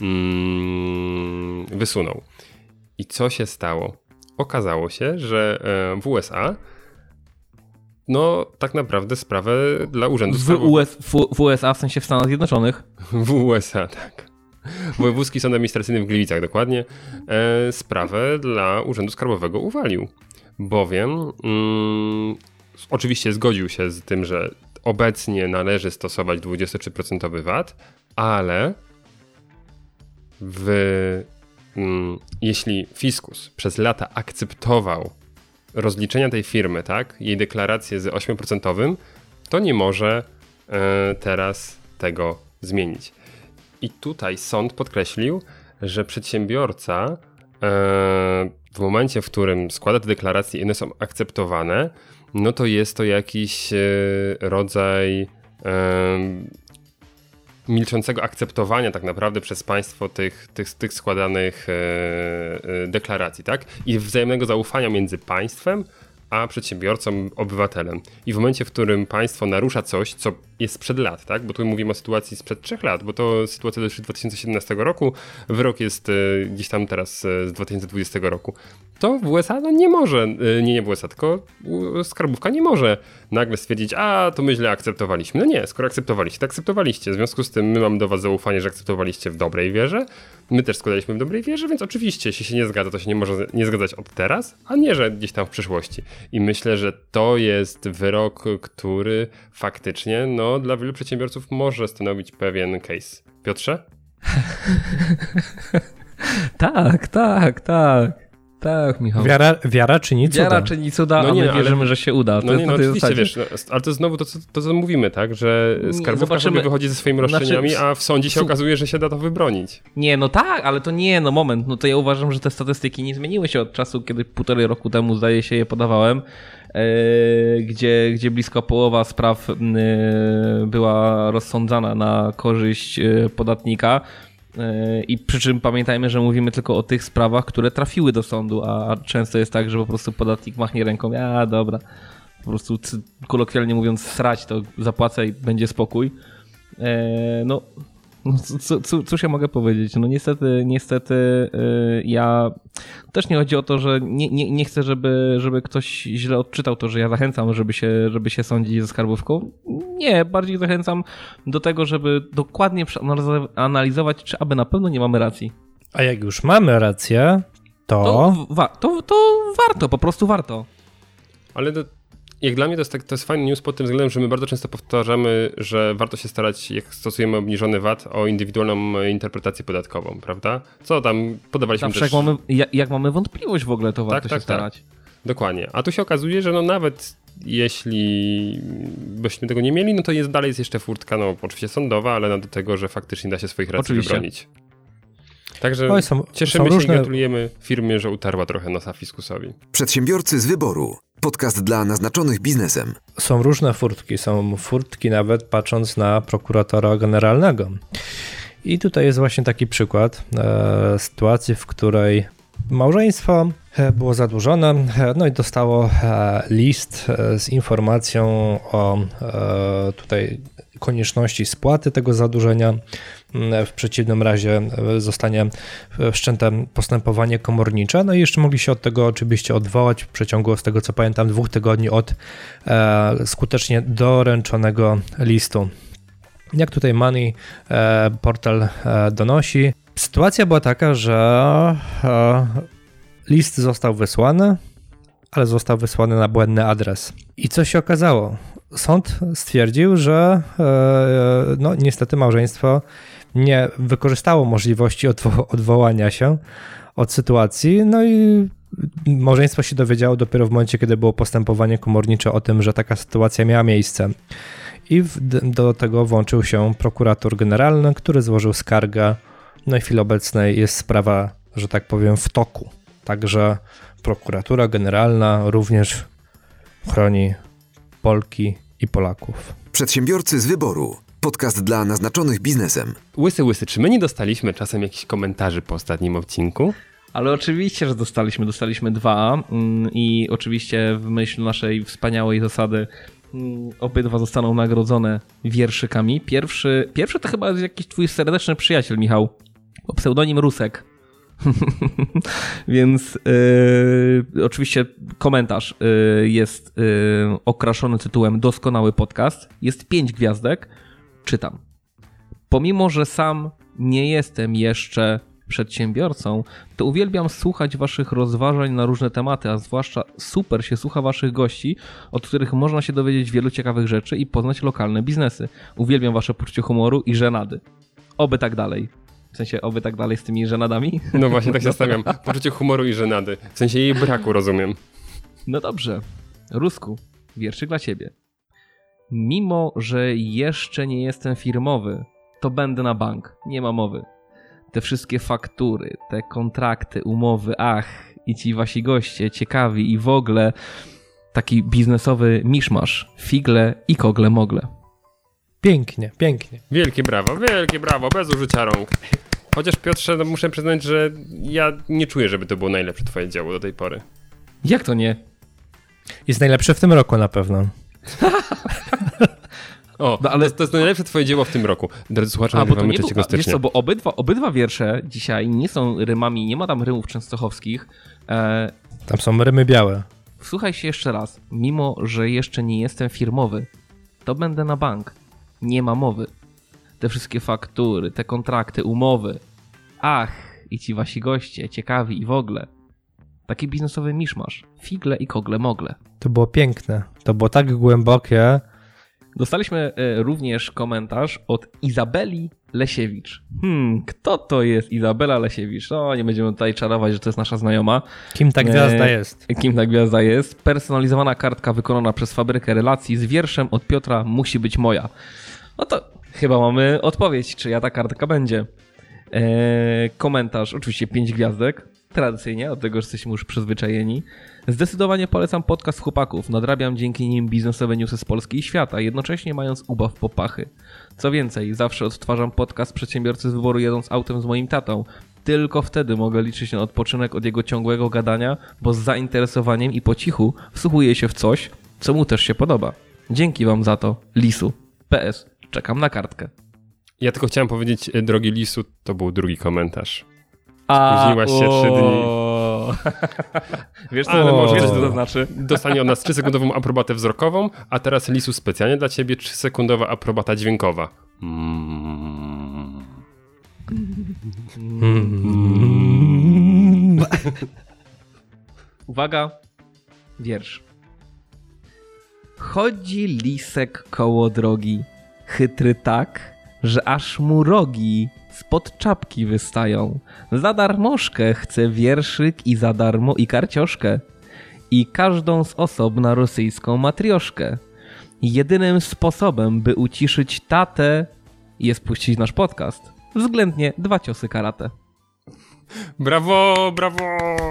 wysunął. I co się stało? Okazało się, że w USA no tak naprawdę sprawę dla urzędu skarbowego. W USA, w sensie w Stanach Zjednoczonych? W USA, tak. Wojewódzki Sąd Administracyjny w Gliwicach, dokładnie. Sprawę dla Urzędu Skarbowego uwalił. Bowiem oczywiście zgodził się z tym, że obecnie należy stosować 23% VAT, ale jeśli fiskus przez lata akceptował rozliczenia tej firmy, tak, jej deklarację z 8%, to nie może teraz tego zmienić. I tutaj sąd podkreślił, że przedsiębiorca w momencie, w którym składa te deklaracje i one są akceptowane, no to jest to jakiś rodzaj milczącego akceptowania tak naprawdę przez państwo tych składanych deklaracji, tak? I wzajemnego zaufania między państwem a przedsiębiorcą, obywatelem. I w momencie, w którym państwo narusza coś, co jest sprzed lat, tak? Bo tu mówimy o sytuacji sprzed 3 lat, bo to sytuacja dotyczy 2017 roku, wyrok jest gdzieś tam teraz z 2020 roku. To w USA no nie może, nie w USA, tylko skarbówka nie może nagle stwierdzić, a to my źle akceptowaliśmy. No nie, skoro akceptowaliście, to akceptowaliście. W związku z tym my mamy do was zaufanie, że akceptowaliście w dobrej wierze. My też składaliśmy w dobrej wierze, więc oczywiście, jeśli się nie zgadza, to się nie może nie zgadzać od teraz, a nie, że gdzieś tam w przyszłości. I myślę, że to jest wyrok, który faktycznie no, dla wielu przedsiębiorców może stanowić pewien case. Piotrze? Tak, Michał. Wiara czyni cuda. Wiara czyni cuda, a my wierzymy, że się uda. No oczywiście, wiesz, ale to znowu to, co mówimy, tak, że skarbówka sobie wychodzi ze swoimi roszczeniami, a w sądzie się okazuje, że się da to wybronić. Nie, no tak, ale to nie, no moment, no to ja uważam, że te statystyki nie zmieniły się od czasu, kiedy 1,5 roku temu, zdaje się, je podawałem, gdzie blisko połowa spraw była rozsądzana na korzyść podatnika. I przy czym pamiętajmy, że mówimy tylko o tych sprawach, które trafiły do sądu, a często jest tak, że po prostu podatnik machnie ręką, a dobra, po prostu kolokwialnie mówiąc srać, to zapłacę i będzie spokój. No cóż ja mogę powiedzieć? No niestety ja też nie chodzi o to, że nie chcę, żeby ktoś źle odczytał to, że ja zachęcam, żeby się sądzić ze skarbówką. Nie, bardziej zachęcam do tego, żeby dokładnie analizować, czy aby na pewno nie mamy racji. A jak już mamy rację, to warto, po prostu warto. Ale jak dla mnie to jest fajny news pod tym względem, że my bardzo często powtarzamy, że warto się starać, jak stosujemy obniżony VAT, o indywidualną interpretację podatkową, prawda? Co tam podawaliśmy Zawsze też... jak mamy wątpliwość w ogóle, to warto się starać. Tak. Dokładnie. A tu się okazuje, że nawet jeśli byśmy tego nie mieli, no to dalej jest jeszcze furtka, oczywiście sądowa, ale do tego, że faktycznie da się swoich racji wybronić. Także cieszymy się i gratulujemy firmie, że utarła trochę nosa fiskusowi. Przedsiębiorcy z wyboru. Podcast dla naznaczonych biznesem. Są różne furtki. Są furtki nawet patrząc na prokuratora generalnego. I tutaj jest właśnie taki przykład sytuacji, w której małżeństwo było zadłużone, no i dostało list z informacją o tutaj konieczności spłaty tego zadłużenia. W przeciwnym razie zostanie wszczęte postępowanie komornicze. No i jeszcze mogli się od tego oczywiście odwołać w przeciągu, z tego co pamiętam, 2 tygodni od skutecznie doręczonego listu. Jak tutaj Money portal donosi, sytuacja była taka, że list został wysłany, ale został wysłany na błędny adres. I co się okazało? Sąd stwierdził, że niestety małżeństwo nie wykorzystało możliwości odwołania się od sytuacji, no i małżeństwo się dowiedziało dopiero w momencie, kiedy było postępowanie komornicze o tym, że taka sytuacja miała miejsce. I do tego włączył się prokurator generalny, który złożył skargę. No i w chwili obecnej jest sprawa, że tak powiem, w toku. Także prokuratura generalna również chroni Polki i Polaków. Przedsiębiorcy z wyboru. Podcast dla naznaczonych biznesem. Łysy, czy my nie dostaliśmy czasem jakichś komentarzy po ostatnim odcinku? Ale oczywiście, że dostaliśmy 2 i oczywiście w myśl naszej wspaniałej zasady obydwa zostaną nagrodzone wierszykami. Pierwszy to chyba jest jakiś twój serdeczny przyjaciel, Michał, o pseudonim Rusek. Więc oczywiście komentarz jest okraszony tytułem Doskonały podcast. Jest 5 gwiazdek. Czytam. Pomimo, że sam nie jestem jeszcze przedsiębiorcą, to uwielbiam słuchać waszych rozważań na różne tematy, a zwłaszcza super się słucha waszych gości, od których można się dowiedzieć wielu ciekawych rzeczy i poznać lokalne biznesy. Uwielbiam wasze poczucie humoru i żenady. Oby tak dalej. W sensie, oby tak dalej z tymi żenadami? No właśnie, tak się stawiam. Poczucie humoru i żenady. W sensie jej braku, rozumiem. No dobrze. Rusku, wierszyk dla ciebie. Mimo, że jeszcze nie jestem firmowy, to będę na bank. Nie ma mowy. Te wszystkie faktury, te kontrakty, umowy, i ci wasi goście, ciekawi i w ogóle taki biznesowy miszmasz. Figle i kogle mogle. Pięknie, pięknie. Wielkie brawo, bez użycia rąk. Chociaż Piotrze, muszę przyznać, że ja nie czuję, żeby to było najlepsze twoje dzieło do tej pory. Jak to nie? Jest najlepsze w tym roku na pewno. Ale to jest najlepsze twoje dzieło w tym roku. Drodzy słuchacze, nagrywamy 3 stycznia. Wiesz co, bo obydwa wiersze dzisiaj nie są rymami, nie ma tam rymów częstochowskich. Tam są rymy białe. Słuchaj się jeszcze raz. Mimo, że jeszcze nie jestem firmowy, to będę na bank. Nie ma mowy. Te wszystkie faktury, te kontrakty, umowy. I ci wasi goście, ciekawi i w ogóle. Taki biznesowy miszmasz. Figle i kogle mogle. To było piękne. To było tak głębokie. Dostaliśmy również komentarz od Izabeli Lesiewicz. Kto to jest Izabela Lesiewicz? No, nie będziemy tutaj czarować, że to jest nasza znajoma. Kim ta gwiazda jest? Kim ta gwiazda jest? Personalizowana kartka wykonana przez Fabrykę Relacji z wierszem od Piotra musi być moja. No to chyba mamy odpowiedź, czyja ta kartka będzie. Komentarz, oczywiście 5 gwiazdek. Tradycyjnie, od tego, że jesteśmy już przyzwyczajeni. Zdecydowanie polecam podcast chłopaków. Nadrabiam dzięki nim biznesowe newsy z Polski i świata, jednocześnie mając ubaw po pachy. Co więcej, zawsze odtwarzam podcast Przedsiębiorcy z wyboru jedąc autem z moim tatą. Tylko wtedy mogę liczyć na odpoczynek od jego ciągłego gadania, bo z zainteresowaniem i po cichu wsłuchuję się w coś, co mu też się podoba. Dzięki wam za to, Lisu. PS. Czekam na kartkę. Ja tylko chciałem powiedzieć, drogi Lisu, to był drugi komentarz. Spóźniłaś się 3 dni. Wiesz co to znaczy? Dostanie od nas 3-sekundową aprobatę wzrokową, a teraz Lisu specjalnie dla ciebie 3-sekundowa aprobata dźwiękowa. Uwaga, wiersz. Chodzi lisek koło drogi, chytry tak, że aż mu rogi spod czapki wystają. Za darmożkę chce wierszyk i za darmo i karcioszkę. I każdą z osobna rosyjską matrioszkę. Jedynym sposobem, by uciszyć tatę, jest puścić nasz podcast. Względnie 2 ciosy karate. Brawo, brawo!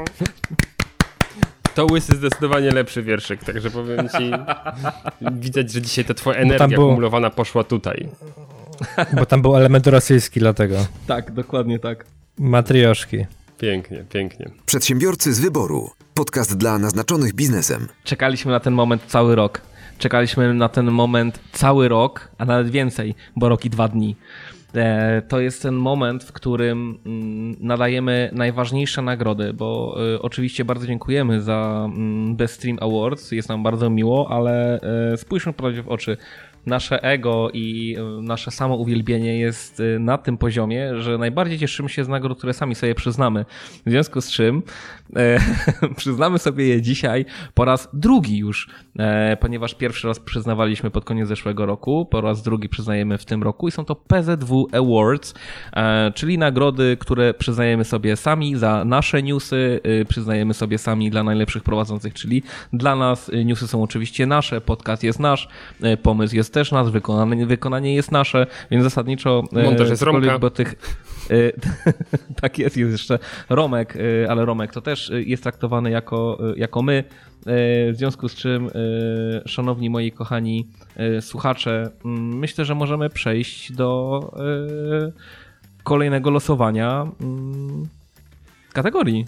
To Łysy zdecydowanie lepszy wierszyk, także powiem ci, widać, że dzisiaj ta twoja energia akumulowana poszła tutaj. Bo tam był element rosyjski, dlatego. Tak, dokładnie tak. Matrioszki. Pięknie, pięknie. Przedsiębiorcy z wyboru. Podcast dla naznaczonych biznesem. Czekaliśmy na ten moment cały rok. Czekaliśmy na ten moment cały rok, a nawet więcej, bo rok i 2 dni. To jest ten moment, w którym nadajemy najważniejsze nagrody, bo oczywiście bardzo dziękujemy za Best Stream Awards, jest nam bardzo miło, ale spójrzmy prawdzie w oczy. Nasze ego i nasze samouwielbienie jest na tym poziomie, że najbardziej cieszymy się z nagród, które sami sobie przyznamy. W związku z czym przyznamy sobie je dzisiaj po raz drugi już, ponieważ pierwszy raz przyznawaliśmy pod koniec zeszłego roku, po raz drugi przyznajemy w tym roku i są to PZW Awards, czyli nagrody, które przyznajemy sobie sami za nasze newsy, przyznajemy sobie sami dla najlepszych prowadzących, czyli dla nas newsy są oczywiście nasze, podcast jest nasz, pomysł jest też nasz, wykonanie jest nasze, więc zasadniczo montaż jest Romka. Bo tych tak jest jeszcze Romek, ale Romek to też jest traktowany jako my, w związku z czym szanowni moi kochani słuchacze, myślę, że możemy przejść do kolejnego losowania kategorii.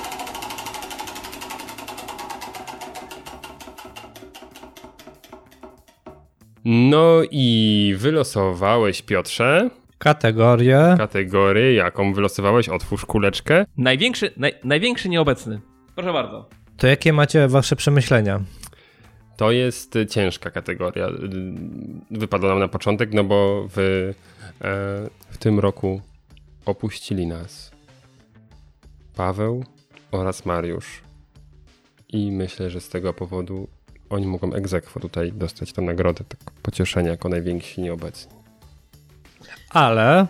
No i wylosowałeś, Piotrze, kategorię, jaką wylosowałeś? Otwórz kuleczkę. Największy nieobecny. Proszę bardzo. To jakie macie wasze przemyślenia? To jest ciężka kategoria. Wypadła nam na początek, no bo w tym roku opuścili nas Paweł oraz Mariusz. I myślę, że z tego powodu oni mogą ex aequo tutaj dostać tę nagrodę, tak pocieszenia jako najwięksi nieobecni. Ale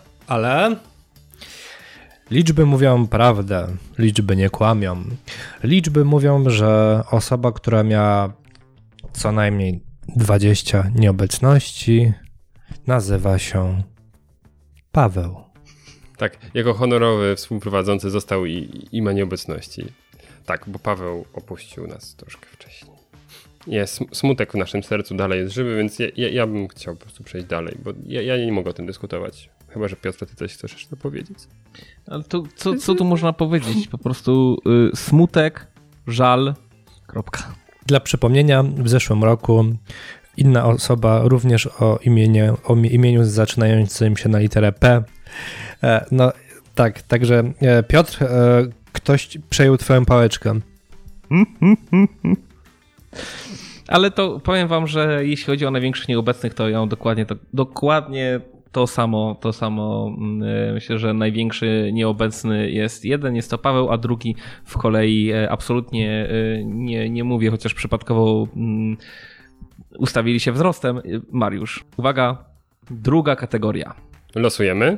liczby mówią prawdę, liczby nie kłamią. Liczby mówią, że osoba, która miała co najmniej 20 nieobecności, nazywa się Paweł. Tak, jako honorowy współprowadzący został i ma nieobecności. Tak, bo Paweł opuścił nas troszkę wcześniej. Jest smutek w naszym sercu dalej jest żywy, więc ja bym chciał po prostu przejść dalej, bo ja nie mogę o tym dyskutować. Chyba że Piotr, ty coś chcesz jeszcze powiedzieć? Ale to, co tu można powiedzieć? Po prostu smutek, żal, kropka. Dla przypomnienia, w zeszłym roku inna osoba również o imieniu zaczynającym się na literę P. No tak, także Piotr, ktoś przejął twoją pałeczkę. Ale to powiem wam, że jeśli chodzi o największych nieobecnych, to ja mam dokładnie to samo. Myślę, że największy nieobecny jest jeden, jest to Paweł, a drugi w kolei absolutnie nie mówię, chociaż przypadkowo ustawili się wzrostem. Mariusz. Uwaga, druga kategoria. Losujemy.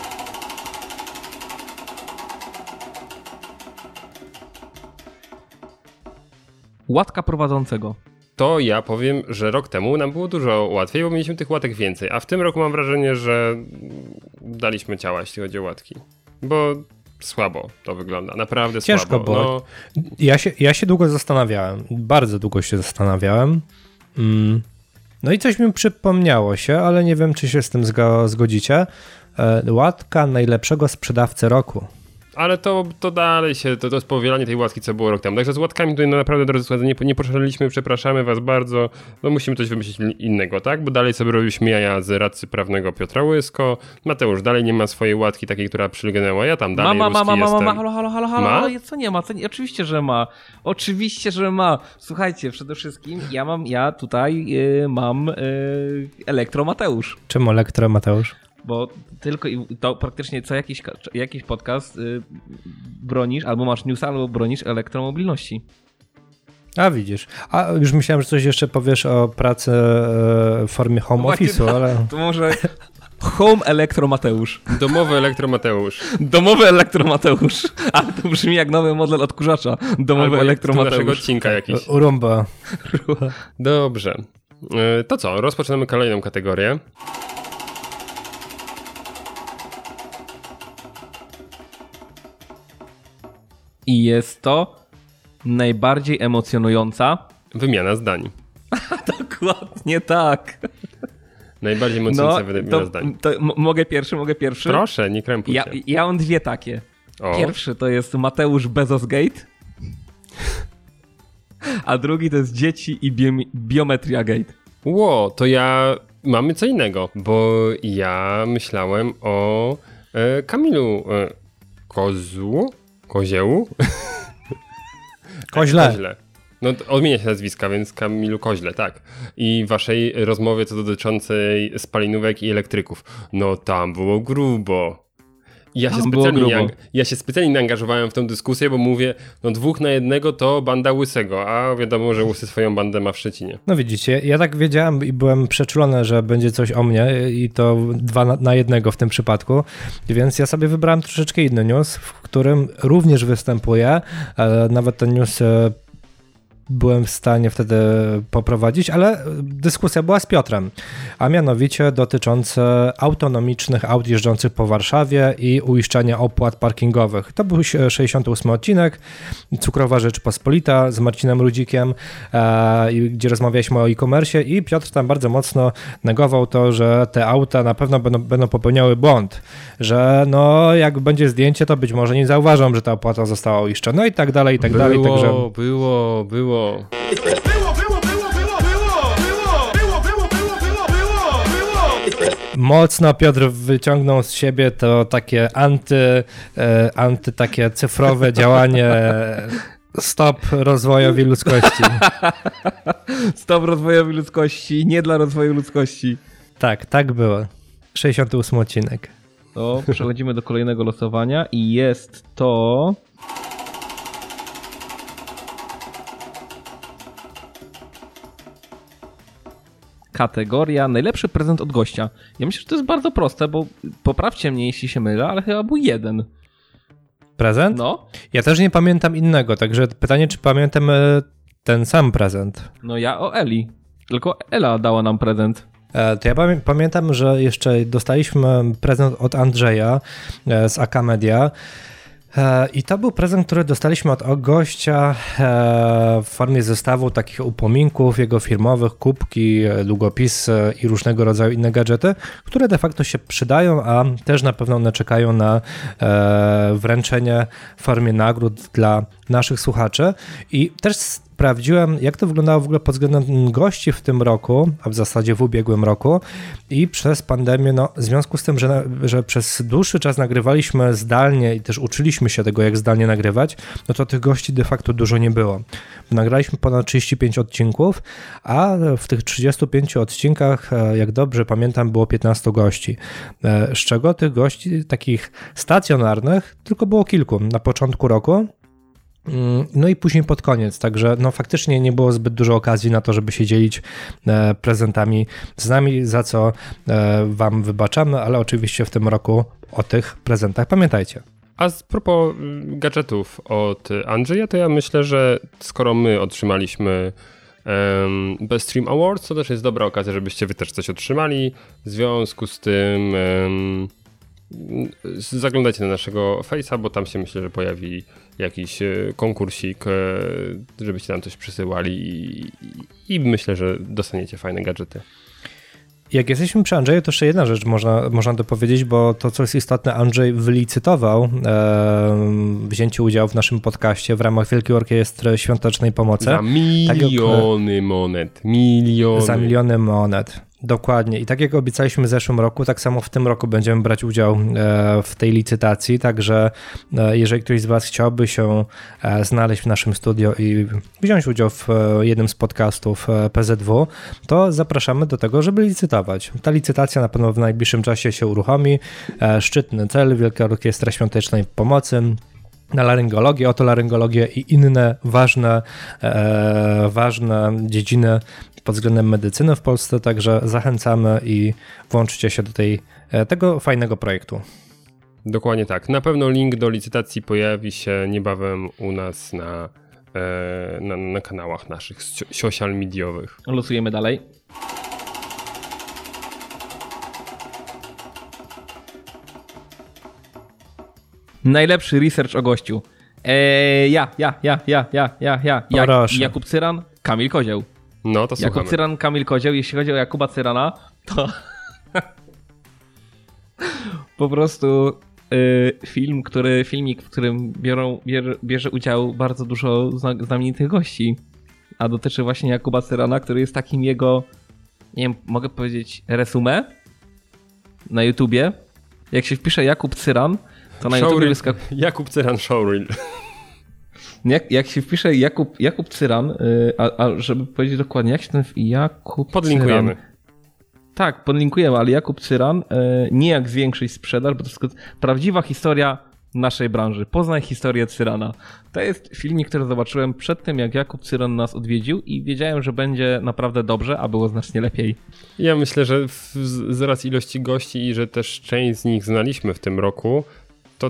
Łatka prowadzącego. To ja powiem, że rok temu nam było dużo łatwiej, bo mieliśmy tych łatek więcej, a w tym roku mam wrażenie, że daliśmy ciała, jeśli chodzi o łatki. Bo słabo to wygląda, naprawdę ciężko słabo. Było. No. Ja się długo zastanawiałem, bardzo długo się zastanawiałem. No i coś mi przypomniało się, ale nie wiem, czy się z tym zgodzicie. Łatka najlepszego sprzedawcy roku. Ale to dalej się, to jest powielanie tej łatki, co było rok temu. Także z łatkami tutaj naprawdę, drodzy słuchacze, nie poszaleliśmy, przepraszamy was bardzo. No musimy coś wymyślić innego, tak? Bo dalej sobie robiliśmy jaja z radcy prawnego Piotra Łysko. Mateusz dalej nie ma swojej łatki takiej, która przylgnęła. Ja tam dalej halo, co nie ma? Oczywiście, że ma. Oczywiście, że ma. Słuchajcie, przede wszystkim ja tutaj mam Elektro Mateusz. Czemu Elektro Mateusz? Bo tylko i to praktycznie co jakiś podcast bronisz, albo masz newsa, albo bronisz elektromobilności. A widzisz. A już myślałem, że coś jeszcze powiesz o pracy w formie home office'u, ale... To może Home Elektromateusz. Domowy Elektromateusz. Domowy Elektromateusz. Ale to brzmi jak nowy model odkurzacza. Domowy Elektromateusz. Naszego odcinka jakiś. Urumba. Dobrze. To co? Rozpoczynamy kolejną kategorię. I jest to najbardziej emocjonująca wymiana zdań. Dokładnie tak. Najbardziej emocjonująca wymiana zdań. Mogę pierwszy? Proszę, nie krępuj się. Ja mam dwie takie. Pierwszy to jest Mateusz Bezos Gate, a drugi to jest dzieci i biometria Gate. To mamy co innego, bo ja myślałem o Kamilu Koziełu? Koźle. No odmienia się nazwiska, więc Kamilu Koźle, tak. I waszej rozmowie co dotyczącej spalinówek i elektryków. No tam było grubo. Ja się specjalnie nie angażowałem w tę dyskusję, bo mówię, 2 na 1 to banda Łysego, a wiadomo, że Łysy swoją bandę ma w Szczecinie. No widzicie, ja tak wiedziałem i byłem przeczulony, że będzie coś o mnie i to 2 na 1 w tym przypadku, więc ja sobie wybrałem troszeczkę inny news, w którym również występuję, nawet ten news byłem w stanie wtedy poprowadzić, ale dyskusja była z Piotrem, a mianowicie dotyczące autonomicznych aut jeżdżących po Warszawie i uiszczania opłat parkingowych. To był 68 odcinek, Cukrowa Rzeczpospolita z Marcinem Rudzikiem, gdzie rozmawialiśmy o e-commerce i Piotr tam bardzo mocno negował to, że te auta na pewno będą popełniały błąd, że jak będzie zdjęcie, to być może nie zauważą, że ta opłata została uiszczona i tak dalej, i tak dalej. Było. Mocno Piotr wyciągnął z siebie to takie takie cyfrowe działanie stop rozwojowi ludzkości. Stop rozwojowi ludzkości, nie dla rozwoju ludzkości. Tak było. 68 odcinek. To przechodzimy do kolejnego losowania i jest to... Kategoria najlepszy prezent od gościa. Ja myślę, że to jest bardzo proste, bo poprawcie mnie, jeśli się mylę, ale chyba był jeden. Prezent? No. Ja też nie pamiętam innego, także pytanie, czy pamiętam ten sam prezent. No ja o Eli. Tylko Ela dała nam prezent. To ja pamiętam, że jeszcze dostaliśmy prezent od Andrzeja z AK Media. I to był prezent, który dostaliśmy od gościa w formie zestawu takich upominków jego firmowych, kubki, długopisy i różnego rodzaju inne gadżety, które de facto się przydają, a też na pewno one czekają na wręczenie w formie nagród dla naszych słuchaczy. I też sprawdziłem, jak to wyglądało w ogóle pod względem gości w tym roku, a w zasadzie w ubiegłym roku i przez pandemię, w związku z tym, że przez dłuższy czas nagrywaliśmy zdalnie i też uczyliśmy się tego, jak zdalnie nagrywać, to tych gości de facto dużo nie było. Nagraliśmy ponad 35 odcinków, a w tych 35 odcinkach, jak dobrze pamiętam, było 15 gości, z czego tych gości takich stacjonarnych tylko było kilku na początku roku. No i później pod koniec, także faktycznie nie było zbyt dużo okazji na to, żeby się dzielić prezentami z nami, za co wam wybaczamy, ale oczywiście w tym roku o tych prezentach pamiętajcie. A propos gadżetów od Andrzeja, to ja myślę, że skoro my otrzymaliśmy Best Stream Awards, to też jest dobra okazja, żebyście wy też coś otrzymali. W związku z tym zaglądajcie na naszego Face'a, bo tam się myślę, że pojawi jakiś konkursik, żebyście nam coś przysyłali i myślę, że dostaniecie fajne gadżety. Jak jesteśmy przy Andrzeju, to jeszcze jedna rzecz można dopowiedzieć, bo to, co jest istotne, Andrzej wylicytował wzięcie udziału w naszym podcaście w ramach Wielkiej Orkiestry Świątecznej Pomocy. Za miliony monet. Za miliony monet. Dokładnie. I tak jak obiecaliśmy w zeszłym roku, tak samo w tym roku będziemy brać udział w tej licytacji, także jeżeli ktoś z was chciałby się znaleźć w naszym studio i wziąć udział w jednym z podcastów PZW, to zapraszamy do tego, żeby licytować. Ta licytacja na pewno w najbliższym czasie się uruchomi. Szczytny cel, Wielka Orkiestra Świątecznej Pomocy. na laryngologię, otolaryngologię i inne ważne dziedziny pod względem medycyny w Polsce, także zachęcamy i włączcie się do tego fajnego projektu. Dokładnie tak. Na pewno link do licytacji pojawi się niebawem u nas na kanałach naszych social mediowych. Losujemy dalej. Najlepszy research o gościu. Jakub Cyran, Kamil Kozioł. No to słuchamy. Jakub Cyran, Kamil Kozioł. Jeśli chodzi o Jakuba Cyrana, to po prostu filmik, w którym bierze udział bardzo dużo znamienitych gości, a dotyczy właśnie Jakuba Cyrana, który jest takim jego, nie wiem, mogę powiedzieć resume na YouTubie. Jak się wpisze Jakub Cyran, to na YouTubie wyskakuje... Jakub Cyran Showreel. Jak się wpisze Jakub Cyran, a żeby powiedzieć dokładnie, jak się ten Jakub Podlinkujemy. Cyran... Tak, podlinkujemy, ale Jakub Cyran, nie jak zwiększyć sprzedaż, bo to jest prawdziwa historia naszej branży. Poznaj historię Cyrana. To jest filmik, który zobaczyłem przed tym, jak Jakub Cyran nas odwiedził i wiedziałem, że będzie naprawdę dobrze, a było znacznie lepiej. Ja myślę, że z racji ilości gości i że też część z nich znaliśmy w tym roku, to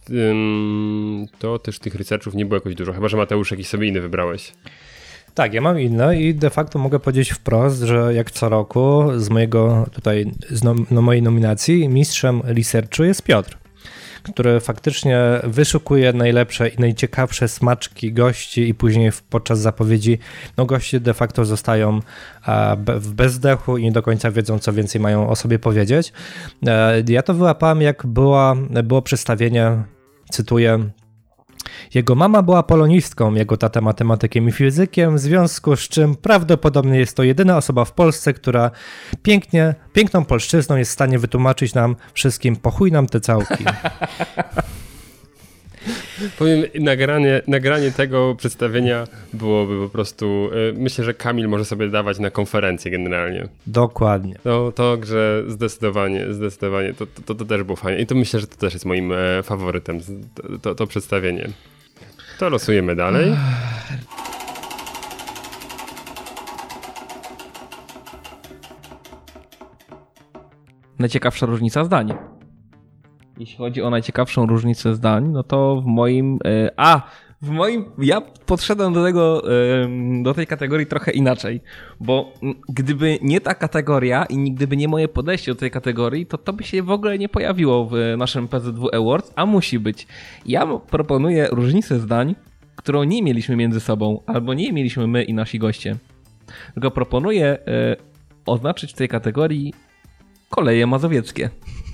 też tych researchów nie było jakoś dużo. Chyba że Mateusz jakiś sobie inny wybrałeś. Tak, ja mam inne i de facto mogę powiedzieć wprost, że jak co roku z mojej nominacji mistrzem researchu jest Piotr, który faktycznie wyszukuje najlepsze i najciekawsze smaczki gości i później podczas zapowiedzi goście de facto zostają w bezdechu i nie do końca wiedzą, co więcej mają o sobie powiedzieć. Ja to wyłapałem, jak było przedstawienie, cytuję: jego mama była polonistką, jego tata matematykiem i fizykiem, w związku z czym prawdopodobnie jest to jedyna osoba w Polsce, która piękną polszczyzną jest w stanie wytłumaczyć nam wszystkim, po chuj nam te całki. Powiem, nagranie tego przedstawienia byłoby po prostu, myślę, że Kamil może sobie dawać na konferencję generalnie. Dokładnie. To grze zdecydowanie, to też było fajnie i to myślę, że to też jest moim faworytem, to przedstawienie. To losujemy dalej. Najciekawsza różnica zdań. Jeśli chodzi o najciekawszą różnicę zdań, no to ja podszedłem do tej kategorii trochę inaczej, bo gdyby nie ta kategoria i gdyby nie moje podejście do tej kategorii, to by się w ogóle nie pojawiło w naszym PZW Awards, a musi być. Ja proponuję różnicę zdań, którą nie mieliśmy między sobą, albo nie mieliśmy my i nasi goście. Tylko proponuję oznaczyć w tej kategorii koleje mazowieckie.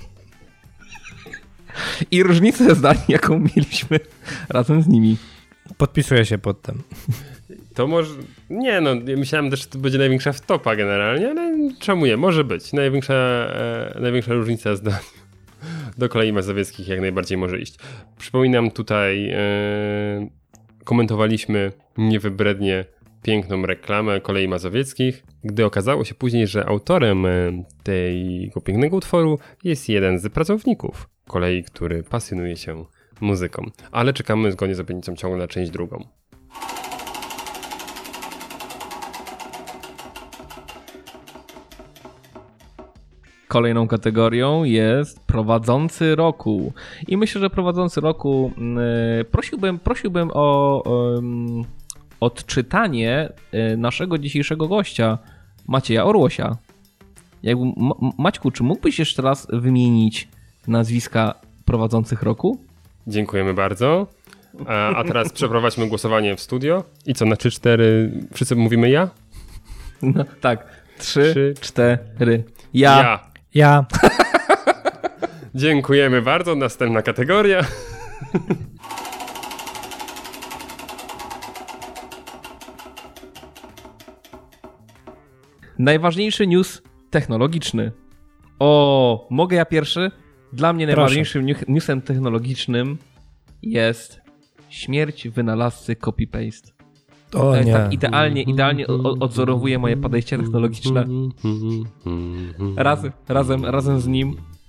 I różnicę zdań, jaką mieliśmy razem z nimi. Podpisuję się pod tym. To może... Nie no, myślałem też, że to będzie największa wtopa generalnie, ale czemu nie? Może być. Największa różnica zdań do kolei mazowieckich jak najbardziej może iść. Przypominam tutaj, komentowaliśmy niewybrednie piękną reklamę kolei mazowieckich, gdy okazało się później, że autorem tego pięknego utworu jest jeden z pracowników kolei, który pasjonuje się muzyką. Ale czekamy zgodnie z obietnicą ciągle na część drugą. Kolejną kategorią jest prowadzący roku. I myślę, że prowadzący roku prosiłbym o odczytanie naszego dzisiejszego gościa, Macieja Orłosia. Maćku, czy mógłbyś jeszcze raz wymienić nazwiska prowadzących roku? Dziękujemy bardzo. A teraz przeprowadźmy głosowanie w studio. I co, na 3-4 wszyscy mówimy ja? No tak. 3, 4. Ja. Dziękujemy bardzo. Następna kategoria. Najważniejszy news technologiczny. Mogę ja pierwszy? Dla mnie najważniejszym newsem technologicznym jest śmierć wynalazcy copy-paste. Nie. Tak idealnie odzorowuje moje podejście technologiczne. Razem z nim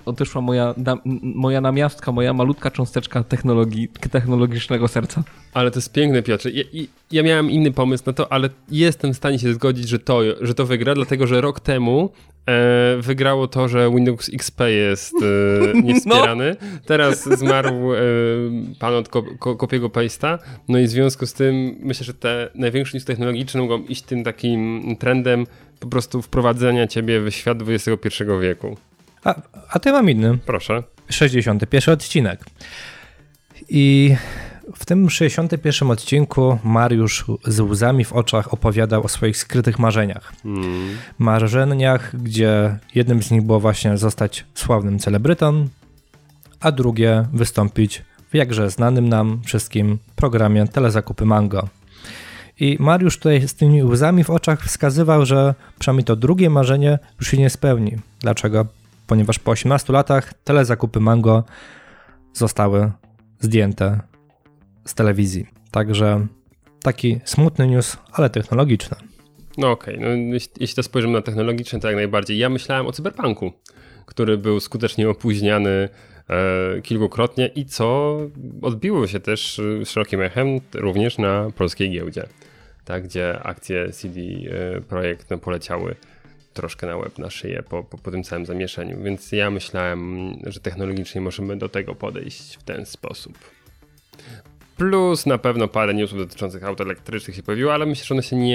odeszła moja namiastka, moja malutka cząsteczka technologicznego serca. Ale to jest piękne, Piotrze. Ja miałem inny pomysł na to, ale jestem w stanie się zgodzić, że to wygra, dlatego że rok temu wygrało to, że Windows XP jest niewspierany. No. Teraz zmarł pan od Copiego Paste'a. No i w związku z tym myślę, że te największe news technologiczne mogą iść tym takim trendem po prostu wprowadzenia ciebie w świat XXI wieku. A to ja mam inny. Proszę. 61 odcinek. I w tym 61 odcinku Mariusz z łzami w oczach opowiadał o swoich skrytych marzeniach. Marzeniach, gdzie jednym z nich było właśnie zostać sławnym celebrytą, a drugie wystąpić w jakże znanym nam wszystkim programie Telezakupy Mango. I Mariusz tutaj z tymi łzami w oczach wskazywał, że przynajmniej to drugie marzenie już się nie spełni. Dlaczego? Ponieważ po 18 latach Telezakupy Mango zostały zdjęte z telewizji. Także taki smutny news, ale technologiczny. No okej, no jeśli to spojrzymy na technologiczne, to jak najbardziej. Ja myślałem o Cyberpunku, który był skutecznie opóźniany kilkukrotnie i co odbiło się też szerokim echem również na polskiej giełdzie, tak, gdzie akcje CD Projekt poleciały troszkę na łeb, na szyję po tym całym zamieszaniu, więc ja myślałem, że technologicznie możemy do tego podejść w ten sposób. Plus na pewno parę newsów dotyczących aut elektrycznych się pojawiło, ale myślę, że one się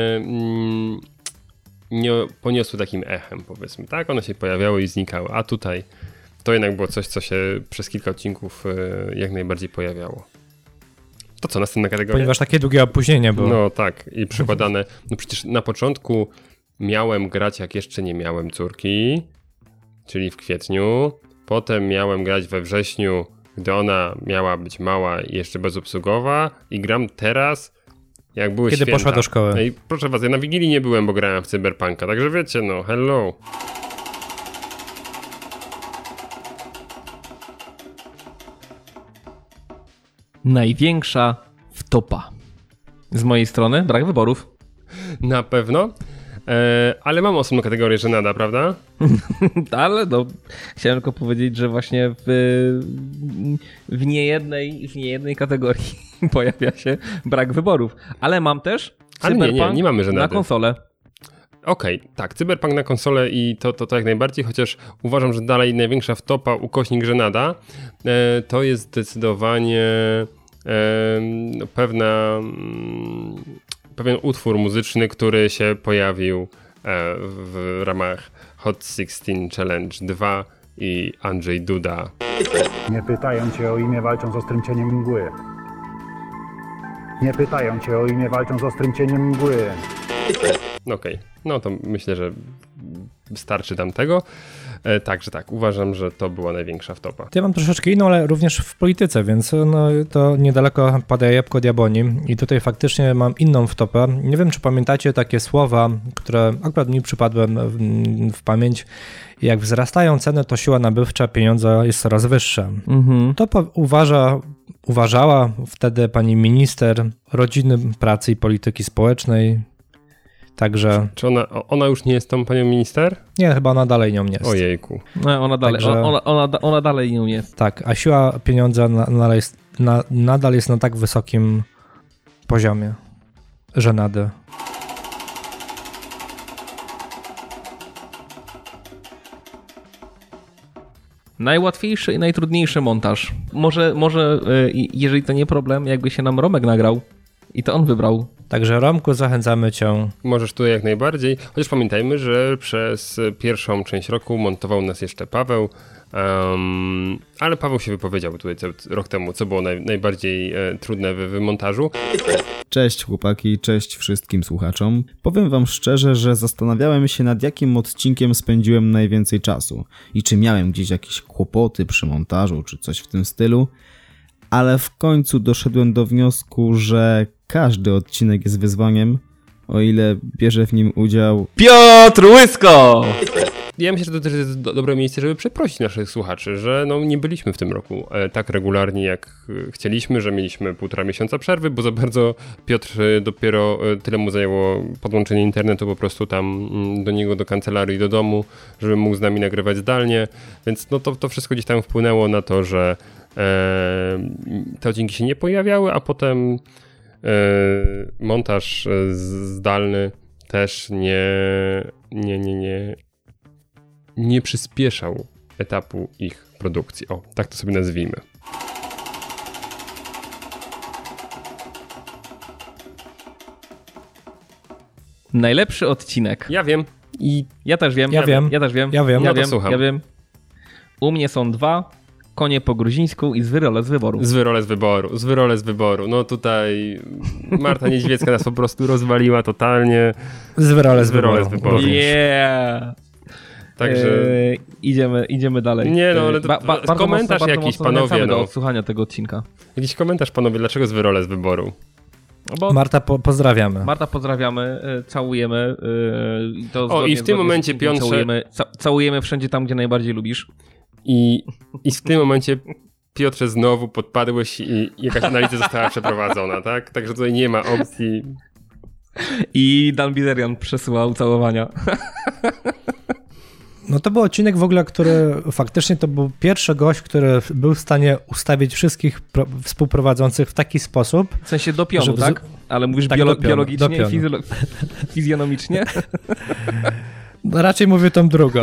nie poniosły takim echem, powiedzmy, tak? One się pojawiały i znikały, a tutaj to jednak było coś, co się przez kilka odcinków jak najbardziej pojawiało. To co, następna kategoria? Ponieważ takie długie opóźnienie było. No tak, i przekładane. No przecież na początku miałem grać, jak jeszcze nie miałem córki, czyli w kwietniu. Potem miałem grać we wrześniu, gdy ona miała być mała i jeszcze bezobsługowa. I gram teraz, jak były kiedy święta. Poszła do szkoły. No i proszę was, ja na Wigilii nie byłem, bo grałem w Cyberpunka, także wiecie, no hello. Największa wtopa. Z mojej strony brak wyborów. Na pewno. Ale mam osobną kategorię żenada, prawda? Ale no, chciałem tylko powiedzieć, że właśnie w niejednej kategorii pojawia się brak wyborów. Ale mam też Cyberpunk nie mamy żenady. Na konsolę. Okej, tak, Cyberpunk na konsolę i to jak najbardziej, chociaż uważam, że dalej największa wtopa ukośnik żenada to jest zdecydowanie pewien utwór muzyczny, który się pojawił w ramach Hot 16 Challenge 2 i Andrzej Duda. Nie pytają cię o imię, walczą z ostrym cieniem mgły. Nie pytają cię o imię, walczą z ostrym cieniem mgły. Okej, no to myślę, że starczy tam tego. Także tak, uważam, że to była największa wtopa. Ja mam troszeczkę inną, ale również w polityce, więc no, to niedaleko pada jabłko od jabłoni i tutaj faktycznie mam inną wtopę. Nie wiem, czy pamiętacie takie słowa, które akurat mi przypadły w pamięć. Jak wzrastają ceny, to siła nabywcza pieniądza jest coraz wyższa. To uważała wtedy pani minister rodziny, pracy i polityki społecznej. Także... Czy ona już nie jest tą panią minister? Nie, chyba ona dalej nią jest. Ojejku. No, ona dalej nią jest. Tak, a siła pieniądza nadal jest na tak wysokim poziomie żenady. Najłatwiejszy i najtrudniejszy montaż. Może jeżeli to nie problem, jakby się nam Romek nagrał i to on wybrał. Także Romku, zachęcamy cię. Możesz tu jak najbardziej, chociaż pamiętajmy, że przez pierwszą część roku montował nas jeszcze Paweł, ale Paweł się wypowiedział tutaj rok temu, co było najbardziej trudne w montażu. Cześć chłopaki, cześć wszystkim słuchaczom. Powiem wam szczerze, że zastanawiałem się, nad jakim odcinkiem spędziłem najwięcej czasu i czy miałem gdzieś jakieś kłopoty przy montażu, czy coś w tym stylu, ale w końcu doszedłem do wniosku, że każdy odcinek jest wyzwaniem, o ile bierze w nim udział Piotr Łysko! ja myślę, że to też jest dobre miejsce, żeby przeprosić naszych słuchaczy, że no nie byliśmy w tym roku tak regularni, jak chcieliśmy, że mieliśmy 1,5 miesiąca przerwy, bo za bardzo Piotr dopiero tyle mu zajęło podłączenie internetu po prostu tam do niego, do kancelarii, do domu, żeby mógł z nami nagrywać zdalnie, więc no to wszystko gdzieś tam wpłynęło na to, że te odcinki się nie pojawiały, a potem montaż zdalny też nie przyspieszał etapu ich produkcji. O, tak to sobie nazwijmy. Najlepszy odcinek. Ja wiem. I ja też wiem. Ja wiem. Ja wiem. U mnie są 2. Konie po gruzińsku i zwyrole z wyboru. Zwyrole z wyboru. No tutaj Marta Niedźwiecka nas po prostu rozwaliła totalnie. Zwyrole z wyboru. Yeah! Także idziemy dalej. Nie no, ale komentarz bardzo jakiś, panowie. Do odsłuchania tego odcinka. Jakiś komentarz, panowie, dlaczego zwyrole z wyboru? Bo Marta, pozdrawiamy. Marta, pozdrawiamy, całujemy. I w tym momencie, Piotrze... Całujemy wszędzie tam, gdzie najbardziej lubisz. I w tym momencie, Piotrze, znowu podpadłeś i jakaś analiza została przeprowadzona, tak? Także tutaj nie ma opcji. I Dan Bizerian przesyłał całowania. No to był odcinek w ogóle, który faktycznie to był pierwszy gość, który był w stanie ustawić wszystkich współprowadzących w taki sposób. W sensie do pionu, tak? Ale mówisz tak, biologicznie i fizjonomicznie? No raczej mówię tą drugą.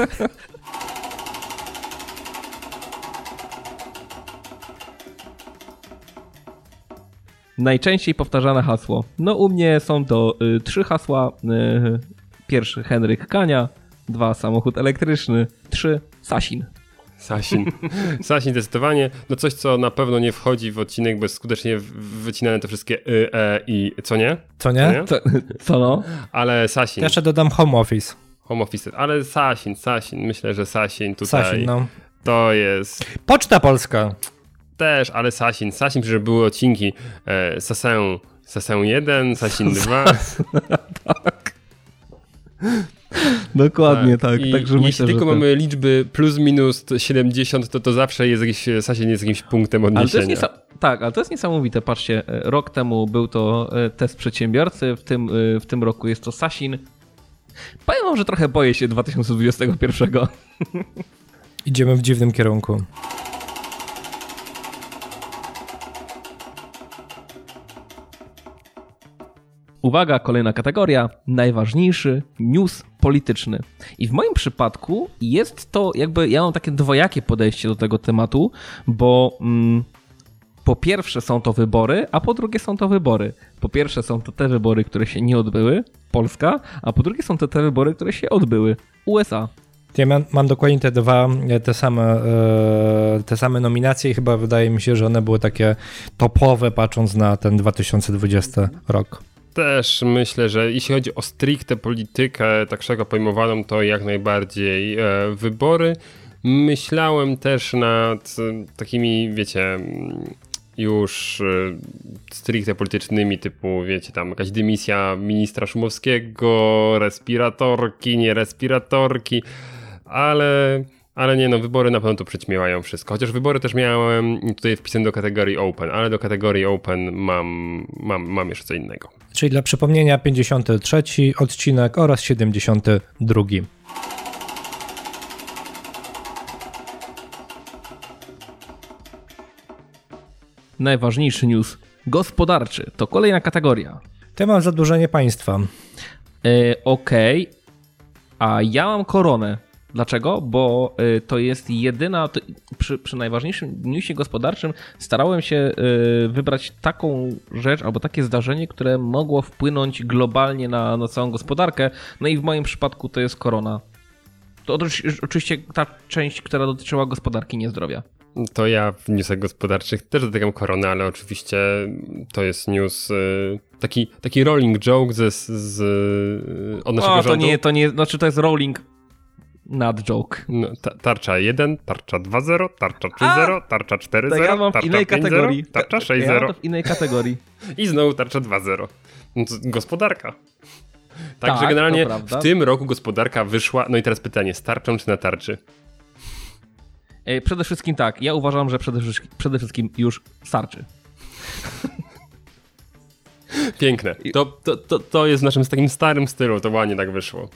Najczęściej powtarzane hasło. No u mnie są to 3 hasła. Pierwszy Henryk Kania, 2 samochód elektryczny, 3 Sasin. Sasin zdecydowanie. No coś, co na pewno nie wchodzi w odcinek, bo jest skutecznie wycinane te wszystkie i co nie? Co nie? Co no? Ale Sasin. Ja jeszcze dodam home office. Ale Sasin. Myślę, że Sasin tutaj Sasin, no. To jest... Poczta Polska. Też, ale Sasin, że były odcinki Sasin 1, Sasin 2. Tak. Dokładnie, tak. Także jeśli myślę, tylko mamy liczby plus minus 70, to zawsze jest jakiś, Sasin jest jakimś punktem odniesienia. Ale to jest niesamowite. Patrzcie, rok temu był to test przedsiębiorcy, w tym roku jest to Sasin. Powiem wam, że trochę boję się 2021. Idziemy w dziwnym kierunku. Uwaga, kolejna kategoria. Najważniejszy news polityczny. I w moim przypadku jest to ja mam takie dwojakie podejście do tego tematu, bo po pierwsze są to wybory, a po drugie są to wybory. Po pierwsze są to te wybory, które się nie odbyły, Polska, a po drugie są to te wybory, które się odbyły, USA. Ja mam dokładnie te same nominacje i chyba wydaje mi się, że one były takie topowe, patrząc na ten 2020 rok. Też myślę, że jeśli chodzi o stricte politykę, tak szeroko pojmowaną, to jak najbardziej wybory. Myślałem też nad takimi, wiecie, już stricte politycznymi, typu, wiecie, tam jakaś dymisja ministra Szumowskiego, respiratorki, nie respiratorki, ale nie, no wybory na pewno tu przyćmiewają wszystko. Chociaż wybory też miałem tutaj wpisane do kategorii Open, ale do kategorii Open mam jeszcze co innego. Czyli dla przypomnienia 53 odcinek oraz 72. Najważniejszy news gospodarczy to kolejna kategoria. To mam zadłużenie państwa. Okej. A ja mam koronę. Dlaczego? Bo to jest jedyna, przy najważniejszym newsie gospodarczym starałem się wybrać taką rzecz albo takie zdarzenie, które mogło wpłynąć globalnie na całą gospodarkę. No i w moim przypadku to jest korona. To oczywiście ta część, która dotyczyła gospodarki, nie zdrowia. To ja w newsach gospodarczych też dotykam korony, ale oczywiście to jest news, taki rolling joke od naszego rządu. To nie, znaczy to jest rolling not joke. No, tarcza 1, tarcza 2.0, tarcza 3.0, tarcza 4.0, to ja mam w innej kategorii. Tarcza 6.0. Ja mam to w innej kategorii. I znowu tarcza 2.0. No, gospodarka. Także generalnie w tym roku gospodarka wyszła, no i teraz pytanie, z tarczą czy na tarczy? Przede wszystkim tak, ja uważam, że przede wszystkim już starczy. Piękne. To jest w naszym takim starym stylu, to ładnie tak wyszło.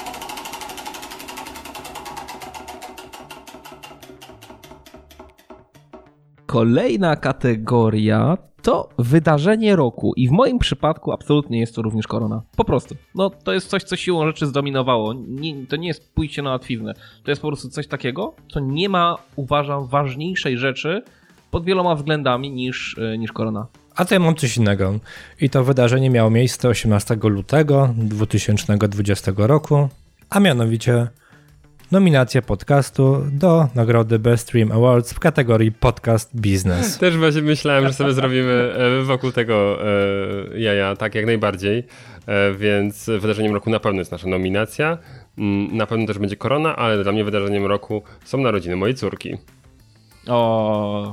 Kolejna kategoria to wydarzenie roku i w moim przypadku absolutnie jest to również korona. Po prostu. No to jest coś, co siłą rzeczy zdominowało. To nie jest pójście na łatwiznę. To jest po prostu coś takiego, co nie ma, uważam, ważniejszej rzeczy pod wieloma względami niż korona. A to ja mam coś innego. I to wydarzenie miało miejsce 18 lutego 2020 roku, a mianowicie nominacja podcastu do nagrody Best Stream Awards w kategorii Podcast Business. Też właśnie myślałem, że sobie zrobimy wokół tego jaja, tak jak najbardziej, więc wydarzeniem roku na pewno jest nasza nominacja, na pewno też będzie korona, ale dla mnie wydarzeniem roku są narodziny mojej córki. O.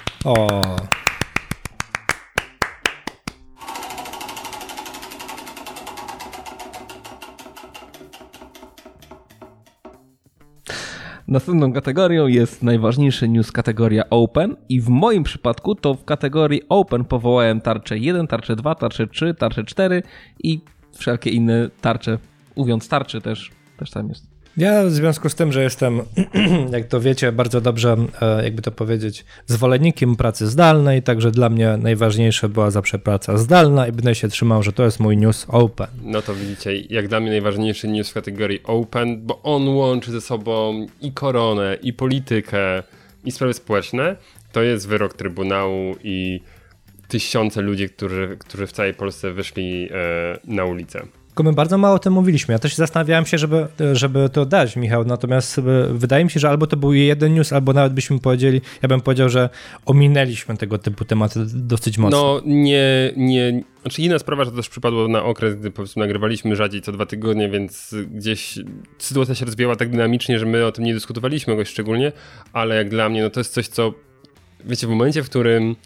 Następną kategorią jest najważniejszy news kategoria Open i w moim przypadku to w kategorii Open powołałem tarczę 1, tarczę 2, tarczę 3, tarczę 4 i wszelkie inne tarcze. Mówiąc tarczy też tam jest. Ja w związku z tym, że jestem, jak to wiecie, bardzo dobrze, jakby to powiedzieć, zwolennikiem pracy zdalnej, także dla mnie najważniejsza była zawsze praca zdalna i będę się trzymał, że to jest mój news open. No to widzicie, jak dla mnie najważniejszy news w kategorii open, bo on łączy ze sobą i koronę, i politykę, i sprawy społeczne, to jest wyrok Trybunału i tysiące ludzi, którzy w całej Polsce wyszli na ulicę. Tylko my bardzo mało o tym mówiliśmy. Ja też zastanawiałem się, żeby to dać, Michał, natomiast wydaje mi się, że albo to był jeden news, albo nawet byśmy powiedzieli, ja bym powiedział, że ominęliśmy tego typu tematy dosyć mocno. No znaczy inna sprawa, że to też przypadło na okres, gdy po prostu nagrywaliśmy rzadziej co 2 tygodnie, więc gdzieś sytuacja się rozwijała tak dynamicznie, że my o tym nie dyskutowaliśmy jakoś szczególnie, ale jak dla mnie, no to jest coś, co wiecie, w momencie, w którym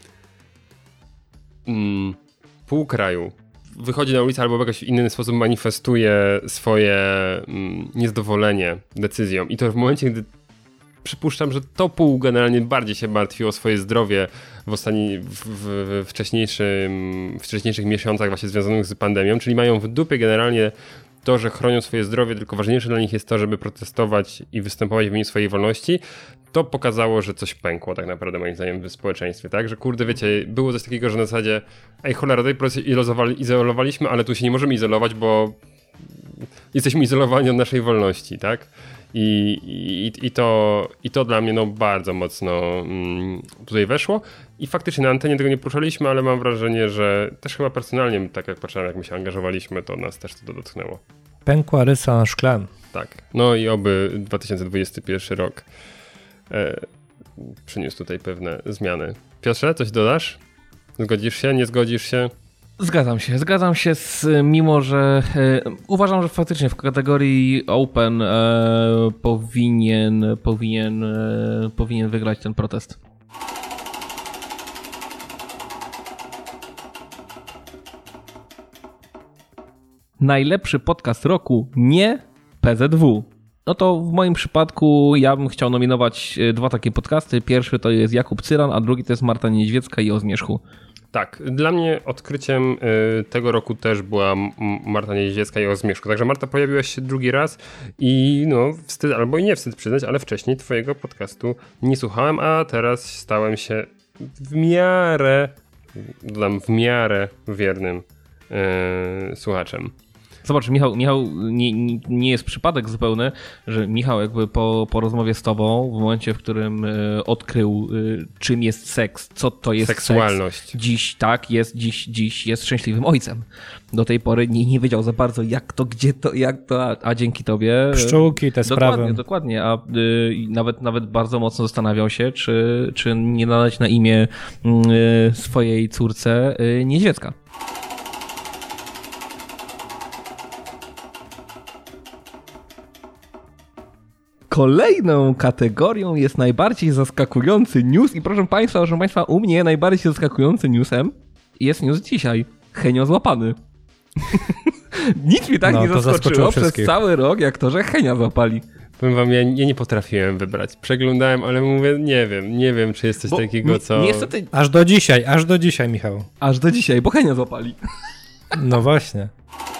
pół kraju wychodzi na ulicę albo w jakiś inny sposób manifestuje swoje niezadowolenie decyzją i to w momencie, gdy przypuszczam, że to pół generalnie bardziej się martwiło o swoje zdrowie w wcześniejszych miesiącach właśnie związanych z pandemią, czyli mają w dupie generalnie to, że chronią swoje zdrowie, tylko ważniejsze dla nich jest to, żeby protestować i występować w imieniu swojej wolności, to pokazało, że coś pękło tak naprawdę moim zdaniem w społeczeństwie, tak? Że kurde, wiecie, było coś takiego, że na zasadzie ej cholera, tutaj izolowaliśmy, ale tu się nie możemy izolować, bo jesteśmy izolowani od naszej wolności, tak? I to dla mnie no bardzo mocno tutaj weszło i faktycznie na antenie tego nie poruszaliśmy, ale mam wrażenie, że też chyba personalnie, tak jak patrzyłem, jak my się angażowaliśmy, to nas też to dotknęło. Pękła rysa na szkle. Tak, no i oby 2021 rok przyniósł tutaj pewne zmiany. Piotrze, coś dodasz? Zgodzisz się, nie zgodzisz się? Zgadzam się, mimo że uważam, że faktycznie w kategorii Open powinien wygrać ten protest. Najlepszy podcast roku nie PZW. No to w moim przypadku ja bym chciał nominować 2 takie podcasty. Pierwszy to jest Jakub Cyran, a drugi to jest Marta Niedźwiecka i O Zmierzchu. Tak, dla mnie odkryciem tego roku też była Marta Niedźwiecka i O Zmierzchu. Także Marta, pojawiłaś się drugi raz i no wstyd, albo i nie wstyd przyznać, ale wcześniej twojego podcastu nie słuchałem, a teraz stałem się w miarę wiernym słuchaczem. Zobacz, Michał nie jest przypadek zupełny, że Michał jakby po rozmowie z tobą, w momencie, w którym odkrył, czym jest seks, co to jest seksualność. Seks, dziś jest szczęśliwym ojcem. Do tej pory nie wiedział za bardzo jak to, gdzie to, jak to, a dzięki tobie... Pszczółki, te sprawy. Dokładnie, a nawet bardzo mocno zastanawiał się, czy nie nadać na imię swojej córce Niedźwiecka. Kolejną kategorią jest najbardziej zaskakujący news i proszę Państwa, u mnie najbardziej zaskakującym newsem jest news dzisiaj. Henio złapany. Nic mi tak nie zaskoczyło przez cały rok, jak to, że Henia złapali. Powiem wam, ja nie potrafiłem wybrać. Przeglądałem, ale mówię, nie wiem, czy jest coś takiego, co... Niestety... Aż do dzisiaj, Michał. Aż do dzisiaj, bo Henia złapali. No właśnie.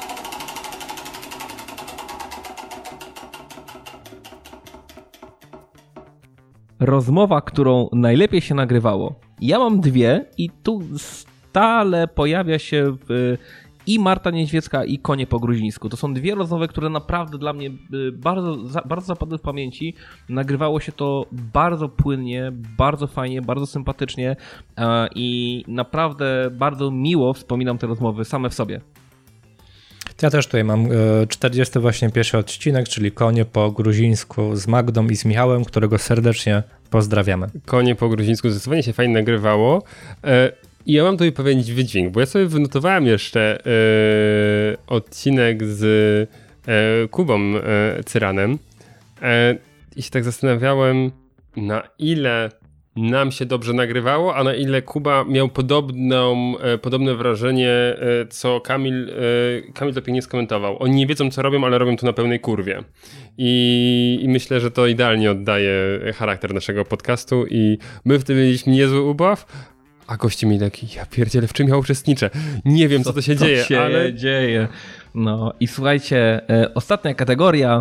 Rozmowa, którą najlepiej się nagrywało. Ja mam dwie i tu stale pojawia się i Marta Niedźwiecka, i Konie po gruzińsku. To są dwie rozmowy, które naprawdę dla mnie bardzo zapadły w pamięci. Nagrywało się to bardzo płynnie, bardzo fajnie, bardzo sympatycznie i naprawdę bardzo miło wspominam te rozmowy same w sobie. Ja też tutaj mam 40 właśnie pierwszy odcinek, czyli Konie po gruzińsku z Magdą i z Michałem, którego serdecznie pozdrawiamy. Konie po gruzińsku zdecydowanie się fajnie nagrywało. I ja mam tutaj pewien wydźwięk, bo ja sobie wynotowałem jeszcze odcinek z Kubą Cyranem i się tak zastanawiałem, na ile nam się dobrze nagrywało, a na ile Kuba miał podobne wrażenie, co Kamil to pięknie skomentował. Oni nie wiedzą, co robią, ale robią to na pełnej kurwie. I myślę, że to idealnie oddaje charakter naszego podcastu i my w tym mieliśmy niezły ubaw, a goście mieli taki, ja pierdzielę, w czym ja uczestniczę? Nie wiem, co to się dzieje, ale... dzieje. No i słuchajcie, ostatnia kategoria,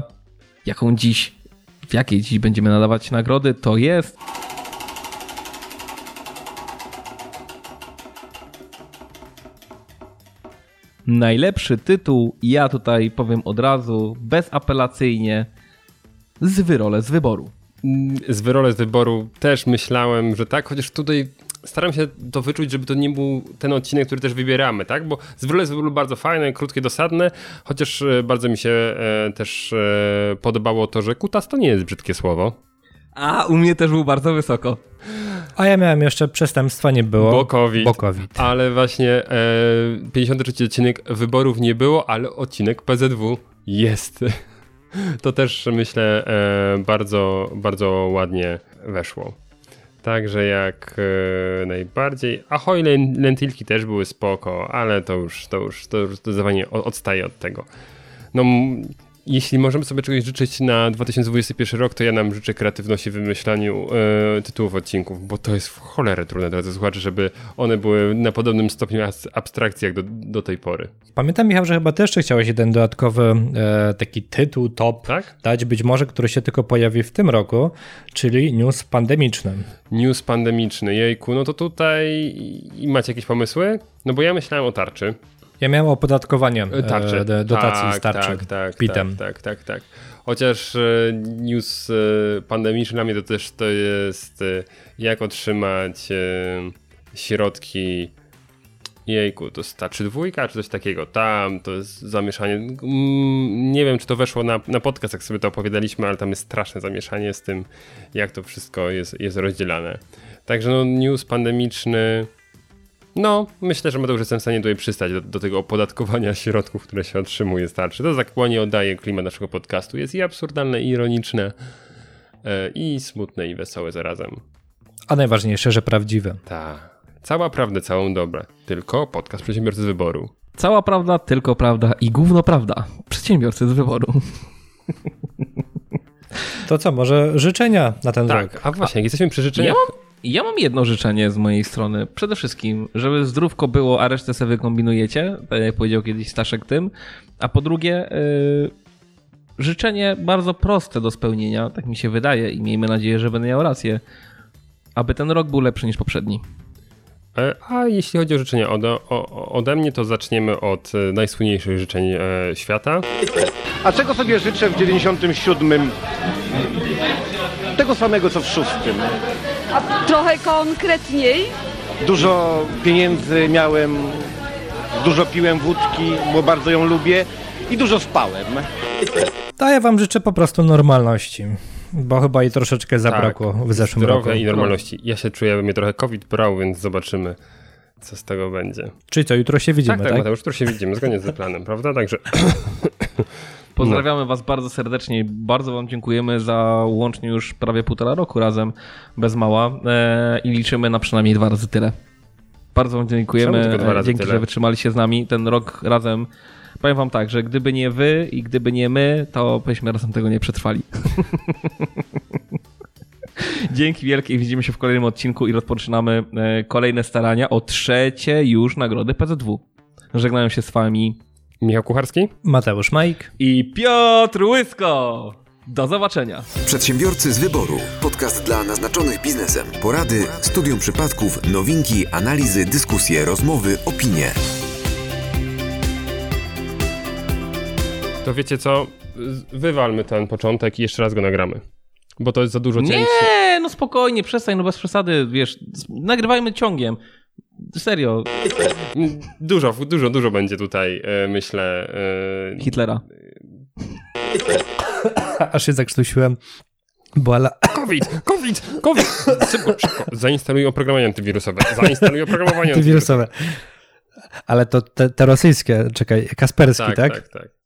w jakiej dziś będziemy nadawać nagrody, to jest... Najlepszy tytuł, ja tutaj powiem od razu, bezapelacyjnie, Zwyrole z wyboru. Zwyrole z wyboru też myślałem, że tak, chociaż tutaj staram się to wyczuć, żeby to nie był ten odcinek, który też wybieramy, tak? Bo Zwyrole z wyboru bardzo fajne, krótkie, dosadne, chociaż bardzo mi się też podobało to, że kutas to nie jest brzydkie słowo. A, u mnie też był bardzo wysoko. A ja miałem jeszcze przestępstwa nie było. Bokowit. Ale właśnie 53 odcinek wyborów nie było, ale odcinek PZW jest. To też myślę bardzo, bardzo ładnie weszło. Także jak najbardziej. Ahoj, lentilki też były spoko, ale to już zdecydowanie odstaje od tego. No, jeśli możemy sobie czegoś życzyć na 2021 rok, to ja nam życzę kreatywności w wymyślaniu tytułów odcinków, bo to jest w cholerę trudne, drodzy słuchacze, żeby one były na podobnym stopniu abstrakcji jak do tej pory. Pamiętam, Michał, że chyba też chciałeś jeden dodatkowy taki tytuł, top, tak? Dać, być może, który się tylko pojawi w tym roku, czyli news pandemiczny. News pandemiczny, jejku, no to tutaj macie jakieś pomysły? No bo ja myślałem o tarczy. Ja miałem opodatkowanie dotacji z tarczy PIT-em. Tak. Chociaż news pandemiczny dla mnie to też to jest jak otrzymać środki. Jejku, to jest tarczy dwójka czy coś takiego. Tam to jest zamieszanie. Nie wiem, czy to weszło na podcast, jak sobie to opowiadaliśmy, ale tam jest straszne zamieszanie z tym, jak to wszystko jest rozdzielane. Także no, news pandemiczny. No, myślę, że Mateusz jestem w stanie tutaj przystać do tego opodatkowania środków, które się otrzymuje z tarczy. To tak ładnie oddaje klimat naszego podcastu. Jest i absurdalne, i ironiczne, i smutne, i wesołe zarazem. A najważniejsze, że prawdziwe. Tak. Cała prawda, całą dobrę. Tylko podcast Przedsiębiorcy z Wyboru. Cała prawda, tylko prawda i gówno prawda. Przedsiębiorcy z Wyboru. To co, może życzenia na ten rok? Tak, a właśnie, jak jesteśmy przy życzeniach... Ja mam jedno życzenie z mojej strony. Przede wszystkim, żeby zdrówko było, a resztę sobie wykombinujecie, tak jak powiedział kiedyś Staszek tym. A po drugie, życzenie bardzo proste do spełnienia, tak mi się wydaje i miejmy nadzieję, że będę miał rację, aby ten rok był lepszy niż poprzedni. A jeśli chodzi o życzenia ode mnie, to zaczniemy od najsłynniejszych życzeń świata. A czego sobie życzę w 97? Tego samego co w 6. A trochę konkretniej? Dużo pieniędzy miałem, dużo piłem wódki, bo bardzo ją lubię i dużo spałem. To ja wam życzę po prostu normalności, bo chyba jej troszeczkę zabrakło w zeszłym roku. Zdrowia i normalności. Ja się czuję, mnie trochę COVID brał, więc zobaczymy, co z tego będzie. Czyli co, jutro się widzimy, tak? Tak, jutro się widzimy, zgodnie z planem, prawda? Także... Pozdrawiamy was bardzo serdecznie i bardzo wam dziękujemy za łącznie już prawie 1,5 roku razem, bez mała, i liczymy na przynajmniej 2 razy tyle. Bardzo wam dziękujemy. Czemu tylko 2 razy Dzięki, tyle? że wytrzymaliście z nami ten rok razem. Powiem wam tak, że gdyby nie wy i gdyby nie my, to byśmy razem tego nie przetrwali. Dzięki wielkie i widzimy się w kolejnym odcinku i rozpoczynamy kolejne starania o 3. już nagrody PZW. Żegnają się z wami Michał Kucharski, Mateusz Majk i Piotr Łysko. Do zobaczenia. Przedsiębiorcy z wyboru. Podcast dla naznaczonych biznesem. Porady, studium przypadków, nowinki, analizy, dyskusje, rozmowy, opinie. to wiecie co? Wywalmy ten początek i jeszcze raz go nagramy. Bo to jest za dużo cięć. Nie, no spokojnie, przestań, no bez przesady, wiesz, nagrywajmy ciągiem. Serio. Dużo będzie tutaj, myślę... Hitlera. Aż się zakrztusiłem. COVID! Szybko. Zainstaluj oprogramowanie antywirusowe. Antywirusowe. Ale to te rosyjskie, czekaj, Kaspersky, tak? Tak.